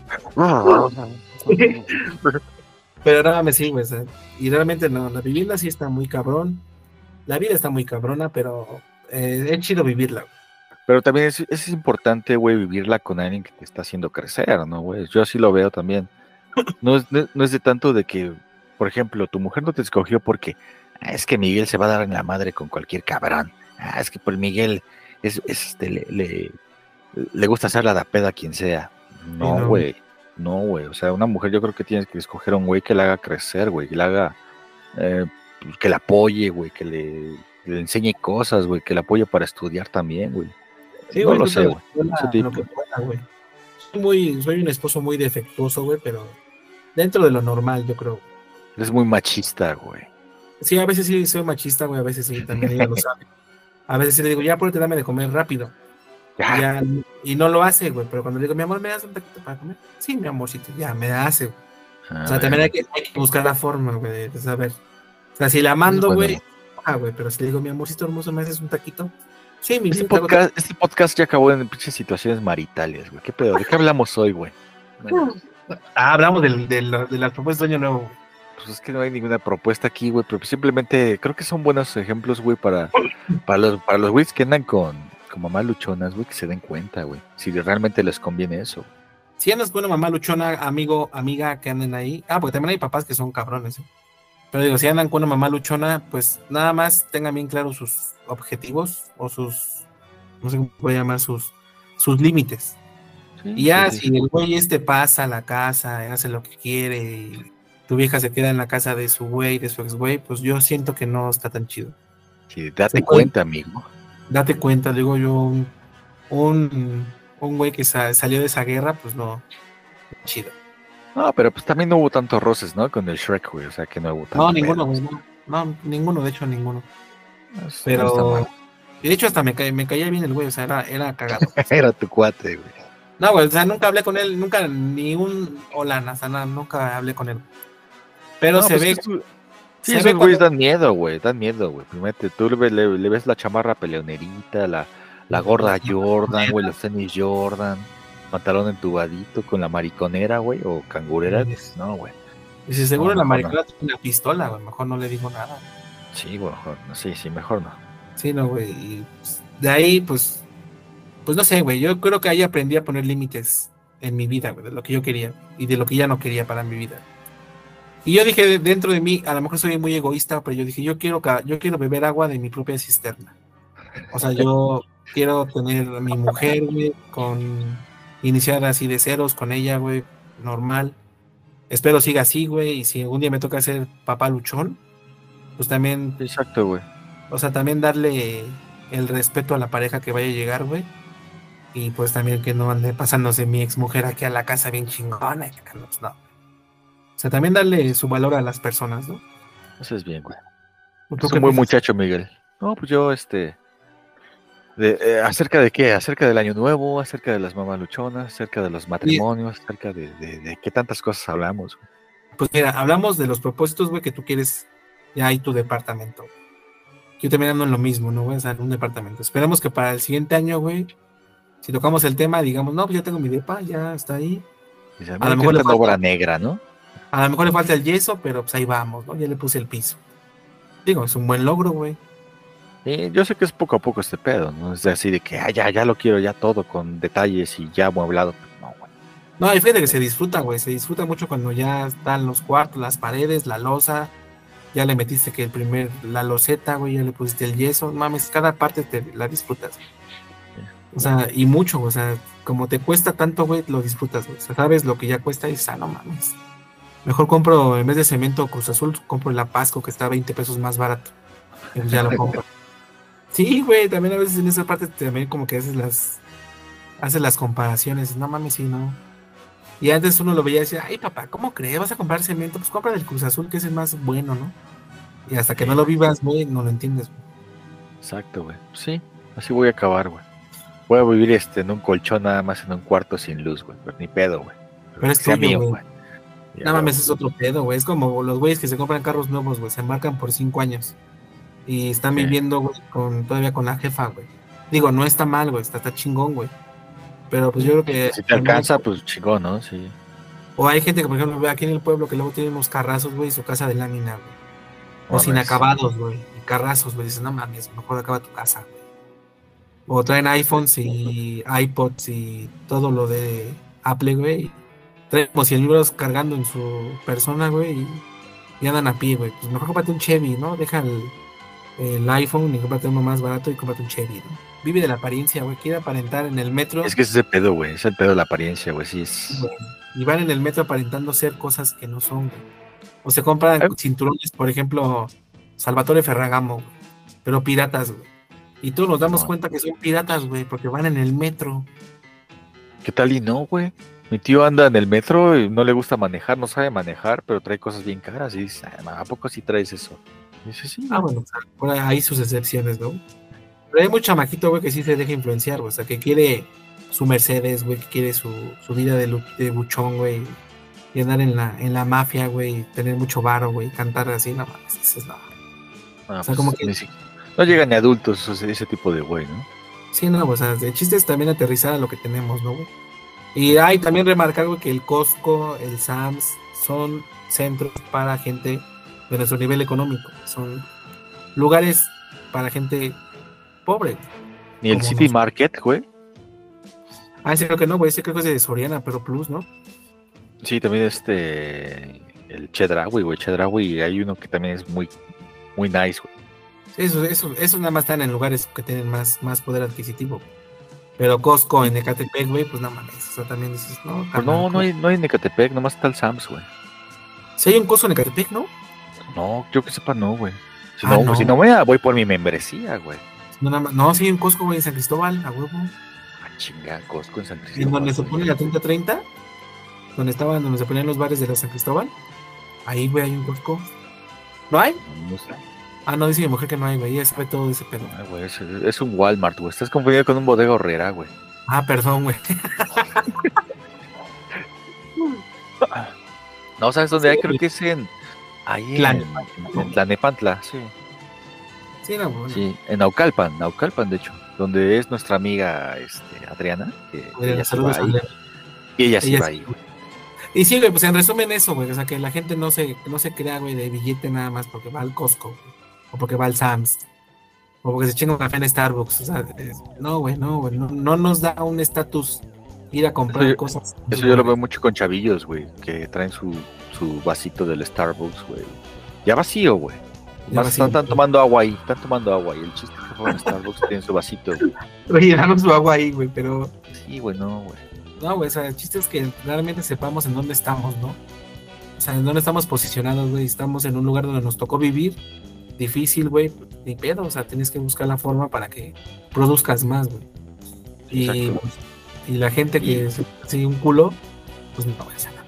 Pero nada, me sí, güey, o sea, y realmente no, la vivienda sí está muy cabrón. La vida está muy cabrona, pero es chido vivirla, güey. Pero también es importante, güey, vivirla con alguien que te está haciendo crecer, ¿no, güey? Yo así lo veo también. No es de tanto de que, por ejemplo, tu mujer no te escogió porque es que Miguel se va a dar en la madre con cualquier cabrón. Es que por Miguel le gusta hacer la da peda a quien sea. No, no. güey. No, güey. O sea, una mujer yo creo que tienes que escoger a un güey que la haga crecer, güey. Que la haga, que la apoye, güey. Que le enseñe cosas, güey. Que la apoye para estudiar también, güey. Sí, No güey, lo tú sé, te güey. la- Ese tipo. lo que pueda, güey. Soy un esposo muy defectuoso, güey, pero dentro de lo normal, yo creo. Es muy machista, güey. Sí, a veces sí soy machista, güey, a veces sí, también ella lo sabe. A veces sí le digo, ya ponte, dame de comer rápido. Ya. Y no lo hace, güey, pero cuando le digo, mi amor, ¿me das un taquito para comer? Sí, mi amorcito, ya, me hace, güey. O sea, también hay que buscar la forma, güey, de saber. O sea, si la mando, Bueno. güey, güey, pero si le digo, mi amorcito hermoso, ¿me haces un taquito? Sí, mi Este vida, podcast ya acabó en pinches situaciones maritales, güey. ¿Qué pedo? ¿De qué hablamos hoy, güey? hablamos de las propuestas de Año Nuevo, güey. pues es que no hay ninguna propuesta aquí, güey, pero simplemente creo que son buenos ejemplos, güey, para los güeyes que andan con mamás luchonas, güey, que se den cuenta, güey, si realmente les conviene eso. Si andas con una mamá luchona, amigo, amiga, que anden ahí. Ah, porque también hay papás que son cabrones, ¿eh? Pero digo, si andan con una mamá luchona, pues nada más tengan bien claros sus objetivos o sus, no sé cómo puede llamar, sus límites. Sí, Y ya, sí, si el güey pasa a la casa, hace lo que quiere, y tu vieja se queda en la casa de su güey, de su ex güey, pues yo siento que no está tan chido. sí, date Se puede- cuenta, amigo. Date cuenta, digo yo, un güey que salió de esa guerra, pues no, chido. No, pero pues también no hubo tantos roces, ¿no? Con el Shrek, güey, o sea que no hubo tanto No, ninguno, pedo. güey, no. No, ninguno, de hecho, ninguno. No, eso no Pero, está mal. y de hecho, hasta me caía bien el güey, o sea, era cagado. Era tu cuate, güey. No, güey, o sea, nunca hablé con él, nunca, ni un hola, o sea, nunca hablé con él. Pero No, se pues ve, es que sí, se esos ve güeyes cuando... dan miedo, güey, dan miedo, güey. Primero tú le ves la chamarra peleonerita, la gorra Jordan, güey, los tenis Jordan, pantalón entubadito con la mariconera, güey, o cangurera, pues no, güey. Y si seguro No, la mejor maricona tiene una pistola, güey, mejor no le digo nada. Sí, güey, mejor no, sí, mejor no. Sí, no, güey, y pues, de ahí, pues no sé, güey, yo creo que ahí aprendí a poner límites en mi vida, güey, de lo que yo quería y de lo que ya no quería para mi vida. Y yo dije dentro de mí, a lo mejor soy muy egoísta, pero yo dije, yo quiero beber agua de mi propia cisterna. O sea, yo quiero tener a mi mujer, güey, iniciar así de ceros con ella, güey, normal. Espero siga así, güey, y si algún día me toca ser papá luchón, pues también, Exacto, güey. o sea, también darle el respeto a la pareja que vaya a llegar, güey. Y pues también que no ande pasándose mi ex mujer aquí a la casa bien chingona. No. O sea, también darle su valor a las personas, ¿no? Eso es bien, güey. ¿Tú Es qué un buen piensas? muchacho, Miguel. No, pues yo, ¿acerca de qué? Acerca del año nuevo, acerca de las mamás luchonas, acerca de los matrimonios, acerca de qué tantas cosas hablamos, güey. Pues mira, hablamos de los propósitos, güey, que tú quieres ya hay tu departamento. Yo también ando en lo mismo, ¿no, güey? O sea, en un departamento. Esperemos que para el siguiente año, güey, si tocamos el tema, digamos, no, pues ya tengo mi depa, ya está ahí. Dice, a A mí lo me mejor le encanta la falta, obra negra, ¿no? a lo mejor le falta el yeso, pero pues ahí vamos, ¿no? Ya le puse el piso. Digo, es un buen logro, güey. Yo sé que es poco a poco este pedo, ¿no? Es así de que, ya lo quiero, ya todo con detalles y ya amueblado. No, güey. No, y fíjate que se disfruta, güey. Se disfruta mucho cuando ya están los cuartos, las paredes, la loza. Ya le metiste que la loseta, güey, ya le pusiste el yeso. Mames, cada parte te la disfrutas. O sea, y mucho, o sea, como te cuesta tanto, güey, lo disfrutas, güey. O sea, sabes lo que ya cuesta y no mames. Mejor compro, en vez de cemento Cruz Azul, compro el Apasco que está 20 pesos más barato. Y pues ya lo compro. Sí, güey, también a veces en esa parte también como que haces las comparaciones. No mames, sí, no. Y antes uno lo veía y decía, ay papá, ¿cómo crees? ¿Vas a comprar cemento? Pues compra del Cruz Azul, que es el más bueno, ¿no? Y hasta que no lo vivas, güey, no lo entiendes, güey. Exacto, güey. Sí, así voy a acabar, güey. Voy a vivir en un colchón nada más en un cuarto sin luz, güey. Pero ni pedo, güey. Pero es Que sea tuyo, mío, güey. güey. Ya, No mames, güey. es otro pedo, güey. Es como los güeyes que se compran carros nuevos, güey. Se marcan por 5 años. Y están Sí. viviendo, güey, todavía con la jefa, güey. Digo, no está mal, güey. Está chingón, güey. Pero pues yo creo que... Si te alcanza, pues chingón, ¿no? Sí. O hay gente que, por ejemplo, ve aquí en el pueblo que luego tiene unos carrazos, güey, y su casa de lámina, güey. O sin Mames. acabados, güey. Y carrazos, güey. Dices, no mames, mejor acaba tu casa, güey. O traen iPhones y iPods y todo lo de Apple, güey. Traen como 100 libros cargando en su persona, güey. Y andan a pie, güey. Pues mejor cómprate un Chevy, ¿no? Deja el iPhone y cómprate uno más barato y cómprate un Chevy, ¿no? Vive de la apariencia, güey. Quiere aparentar en el metro. Es que ese es el pedo, güey. Es el pedo de la apariencia, güey. Sí, es. Güey, y van en el metro aparentando ser cosas que no son, güey. O se compran cinturones, por ejemplo, Salvatore Ferragamo, güey, pero piratas, güey. Y todos nos damos No. cuenta que son piratas, güey, porque van en el metro. ¿Qué tal y no, güey? Mi tío anda en el metro y no le gusta manejar, no sabe manejar, pero trae cosas bien caras. Y dice, ¿a poco sí traes eso? Y dice, sí. Ah, güey. bueno, o sea, por ahí hay sus excepciones, ¿no? Pero hay mucho chamaquito, güey, que sí se deja influenciar, güey. O sea, que quiere su Mercedes, güey, que quiere su vida de buchón, güey. Y andar en la mafia, güey, y tener mucho varo, güey, cantar así, no mames, dices, no. Ah, O sea, pues, como que- no llegan ni adultos ese tipo de güey, ¿no? Sí, no, o sea, el chiste es también aterrizar a lo que tenemos, ¿no, güey? Y hay también remarcar, güey, que el Costco, el Sam's, son centros para gente de nuestro nivel económico. Son lugares para gente pobre. Ni el Como City nos- Market, güey. Ah, sí, creo que no, güey. Sí, creo que es de Soriana, pero Plus, ¿no? Sí, también el Chedraui, güey. Chedraui, hay uno que también es muy, muy nice, güey. Eso nada más están en lugares que tienen más poder adquisitivo. Pero Costco en Ecatepec, güey, pues no mames. O sea, también dices, no, Pues no hay en Ecatepec, nomás está el Sam's, güey. Si hay un Costco en Ecatepec, ¿no? No, yo que sepa, no, güey. Si Ah, no, no. si no voy por mi membresía, güey. No, nada más, no, sí hay un Costco, güey, en San Cristóbal, a huevo. Ah, chinga, Costco en San En Cristóbal. donde se güey. pone la 30-30, donde se ponían los bares de la San Cristóbal. Ahí, güey, hay un Costco. ¿No hay? No sé. Ah, no, dice mi mujer que no hay, güey. Ella sabe todo de ese pedo. Ah, güey, es un Walmart, güey. Estás confundido con un Bodega Horrera, güey. Ah, perdón, güey. No, ¿sabes dónde hay? Sí, Creo güey. que es ahí Tlalnepantla, ¿no? en Tlalnepantla, sí. Sí, no, bueno. Sí, en Naucalpan, de hecho, donde es nuestra amiga Adriana, que Güey, ella sí va saludos, ahí. Andrea. Y ella sí Ella va sí. ahí, güey. Y sí, güey, pues en resumen eso, güey. O sea, que la gente no se crea, güey, de billete nada más porque va al Costco, güey, o porque va al Sam's, o porque se chinga un café en Starbucks. O sea, no, güey, no nos da un estatus ir a comprar Eso yo- cosas. Eso yo lo veo mucho con chavillos, güey, que traen su vasito del Starbucks, güey. Ya vacío, güey. Ya Más vacío. están tomando agua ahí, Y el chiste es que fueron a Starbucks tienen su vasito, güey. Oye, danos su agua ahí, güey, pero... Sí, güey, no, güey. No, güey, o sea, el chiste es que realmente sepamos en dónde estamos, ¿no? O sea, en dónde estamos posicionados, güey. Estamos en un lugar donde nos tocó vivir. Difícil, güey. Ni pedo, o sea, tienes que buscar la forma para que produzcas más, güey. Y, Exacto. y la gente que es así un culo, pues no, güey, o sea, no.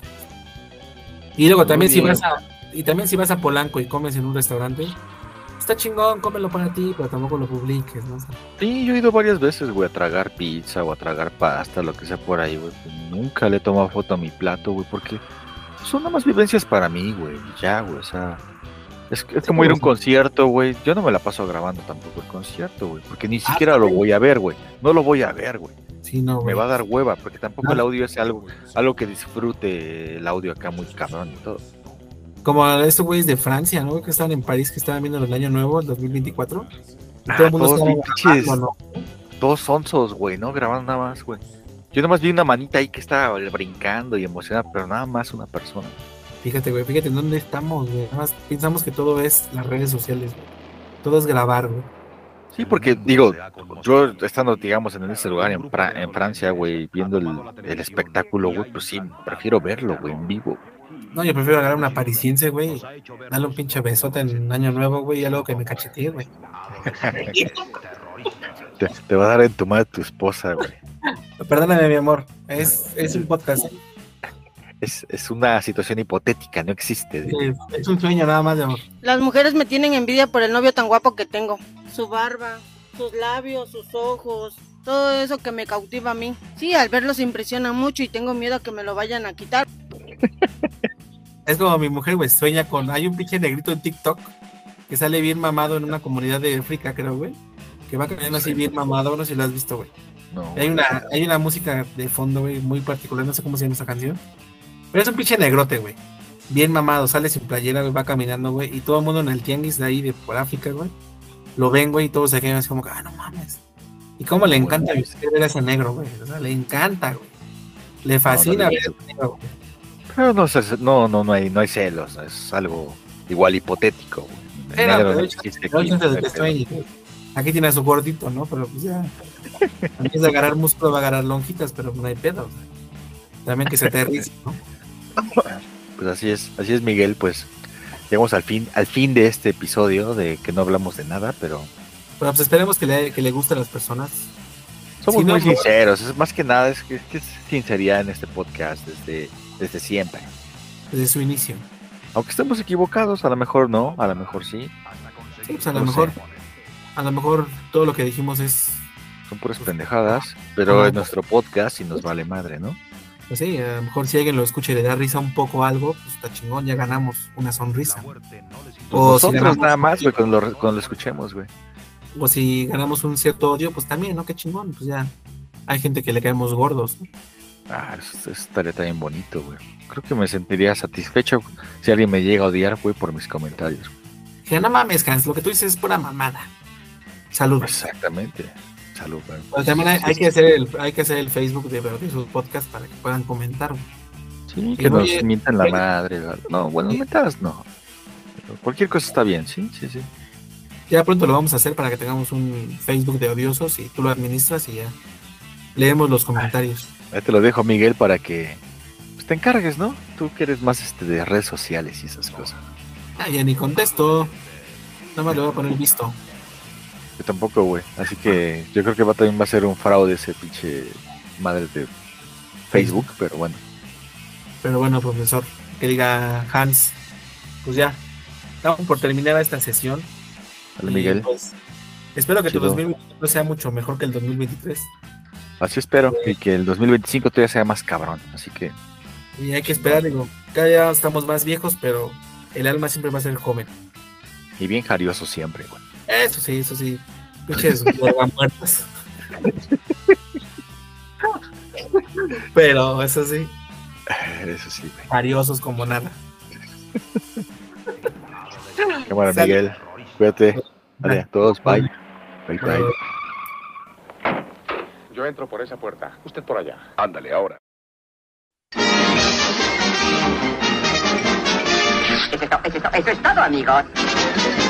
Y luego también Muy bien. si vas a Polanco y comes en un restaurante, está chingón, cómelo para ti, pero tampoco lo publiques, ¿no? O sea, Sí, yo he ido varias veces, güey, a tragar pizza o a tragar pasta, lo que sea por ahí, güey. Pues nunca le he tomado foto a mi plato, güey, porque son nada más vivencias para mí, güey. Ya, güey, o sea. Es como ir a un concierto, güey. Yo no me la paso grabando tampoco el concierto, güey, porque ni siquiera lo voy a ver, güey. No lo voy a ver, güey. sí, no, Me güey. va a dar hueva, porque tampoco Ah. el audio es algo que disfrute el audio acá muy cabrón y todo. Como estos güeyes de Francia, ¿no? Que estaban en París, que estaban viendo el año nuevo, el 2024. Y Ah, todo el mundo todos estaba bien pinches. grabando, ¿no? Todos sonsos, güey, ¿no? Grabando nada más, güey. Yo nada más vi una manita ahí que estaba brincando y emocionada, pero nada más una persona. Fíjate, güey, fíjate en dónde estamos, güey. Nada más pensamos que todo es las redes sociales, güey. Todo es grabar, güey. Sí, porque digo, yo estando, digamos, en ese lugar en Francia, güey, viendo el espectáculo, güey, pues sí, prefiero verlo, güey, en vivo. No, yo prefiero agarrar una parisiense, güey. Darle un pinche besote en Año Nuevo, güey, y algo que me cachetee, güey. Te va a dar en tu madre tu esposa, güey. Perdóname, mi amor. Es un podcast. Es una situación hipotética, no existe. Es un sueño nada más, de amor. Las mujeres me tienen envidia por el novio tan guapo que tengo. Su barba, sus labios, sus ojos, todo eso que me cautiva a mí. Sí, al verlo se impresiona mucho y tengo miedo a que me lo vayan a quitar. Es como mi mujer, güey, sueña con... Hay un pinche negrito en TikTok que sale bien mamado en una comunidad de África, creo, güey. Que va caminando así bien mamado, no sé si lo has visto, güey. No. Hay una música de fondo, güey, muy particular, no sé cómo se llama esa canción. Pero es un pinche negrote, güey. Bien mamado, sale sin playera, güey, va caminando, güey. Y todo el mundo en el tianguis de ahí, de por África, güey. Lo ven, güey, y todos se quedan así como que, no mames. Y cómo le encanta ver a ese negro, güey. O sea, le encanta, güey. Le fascina ver a ese negro, güey. Pero no hay celos, es algo igual hipotético, güey. Pero, Negro no pero, existe pero aquí, antes de no hay que pedo. sueñe, güey. Aquí tiene a su gordito, ¿no? Pero pues ya. Antes de agarrar músculo va a agarrar lonjitas, pero no hay pedo. O sea, también que se aterrice, ¿no? Pues así es Miguel, pues llegamos al fin de este episodio de que no hablamos de nada, pero Pero pues esperemos que le guste a las personas. somos Sí, no, muy no. sinceros, es más que nada es sinceridad en este podcast desde siempre. Desde su inicio. Aunque estemos equivocados, a lo mejor no, a lo mejor sí, Sí, pues a No lo sé. mejor. A lo mejor todo lo que dijimos es. son puras pendejadas, pero Ajá. es nuestro podcast y nos vale madre, ¿no? Pues sí, a lo mejor si alguien lo escucha y le da risa un poco a algo, pues está chingón, ya ganamos una sonrisa. O si, Nosotros ganamos, nada más, güey, cuando lo escuchemos, güey. o si ganamos un cierto odio, pues también, ¿no? Qué chingón, pues ya hay gente que le caemos gordos, ¿no? Eso estaría también bonito, güey. Creo que me sentiría satisfecho si alguien me llega a odiar, güey, por mis comentarios. Que no mames, Hans, lo que tú dices es pura mamada. Saludos. Exactamente. Salud, güey. Pero también hay que hacer el Facebook de sus podcasts para que puedan comentar, güey. Sí, Y que nos oye, mientan la oye. madre, ¿verdad? No, bueno, mentadas no. Pero cualquier cosa está bien, sí. Ya pronto lo vamos a hacer para que tengamos un Facebook de odiosos y tú lo administras y ya leemos los comentarios. Ahí te lo dejo, Miguel, para que pues, te encargues, ¿no? Tú que eres más de redes sociales y esas cosas. Ah, ya ni contesto. Nada más le voy a poner visto. Yo tampoco, güey. Así que yo creo que también va a ser un fraude ese pinche madre de Facebook, pero bueno. Pero bueno, profesor, que diga Hans, pues ya, estamos por terminar esta sesión. Dale, Y, Miguel. pues, espero que tu Chido. 2023 sea mucho mejor que el 2023. Así espero. Y que el 2025 todavía sea más cabrón. Así que Y hay que esperar, digo, ya estamos más viejos, pero el alma siempre va a ser joven. y bien jarioso siempre, güey. Eso sí. Pinches muertas. Pero eso sí, Eso sí, güey. ariosos como nada. Cámara, Sale. Miguel. Cuídate. Vale, a todos. Bye. Bye. Yo entro por esa puerta, usted por allá. Ándale, ahora. Eso es todo, amigos.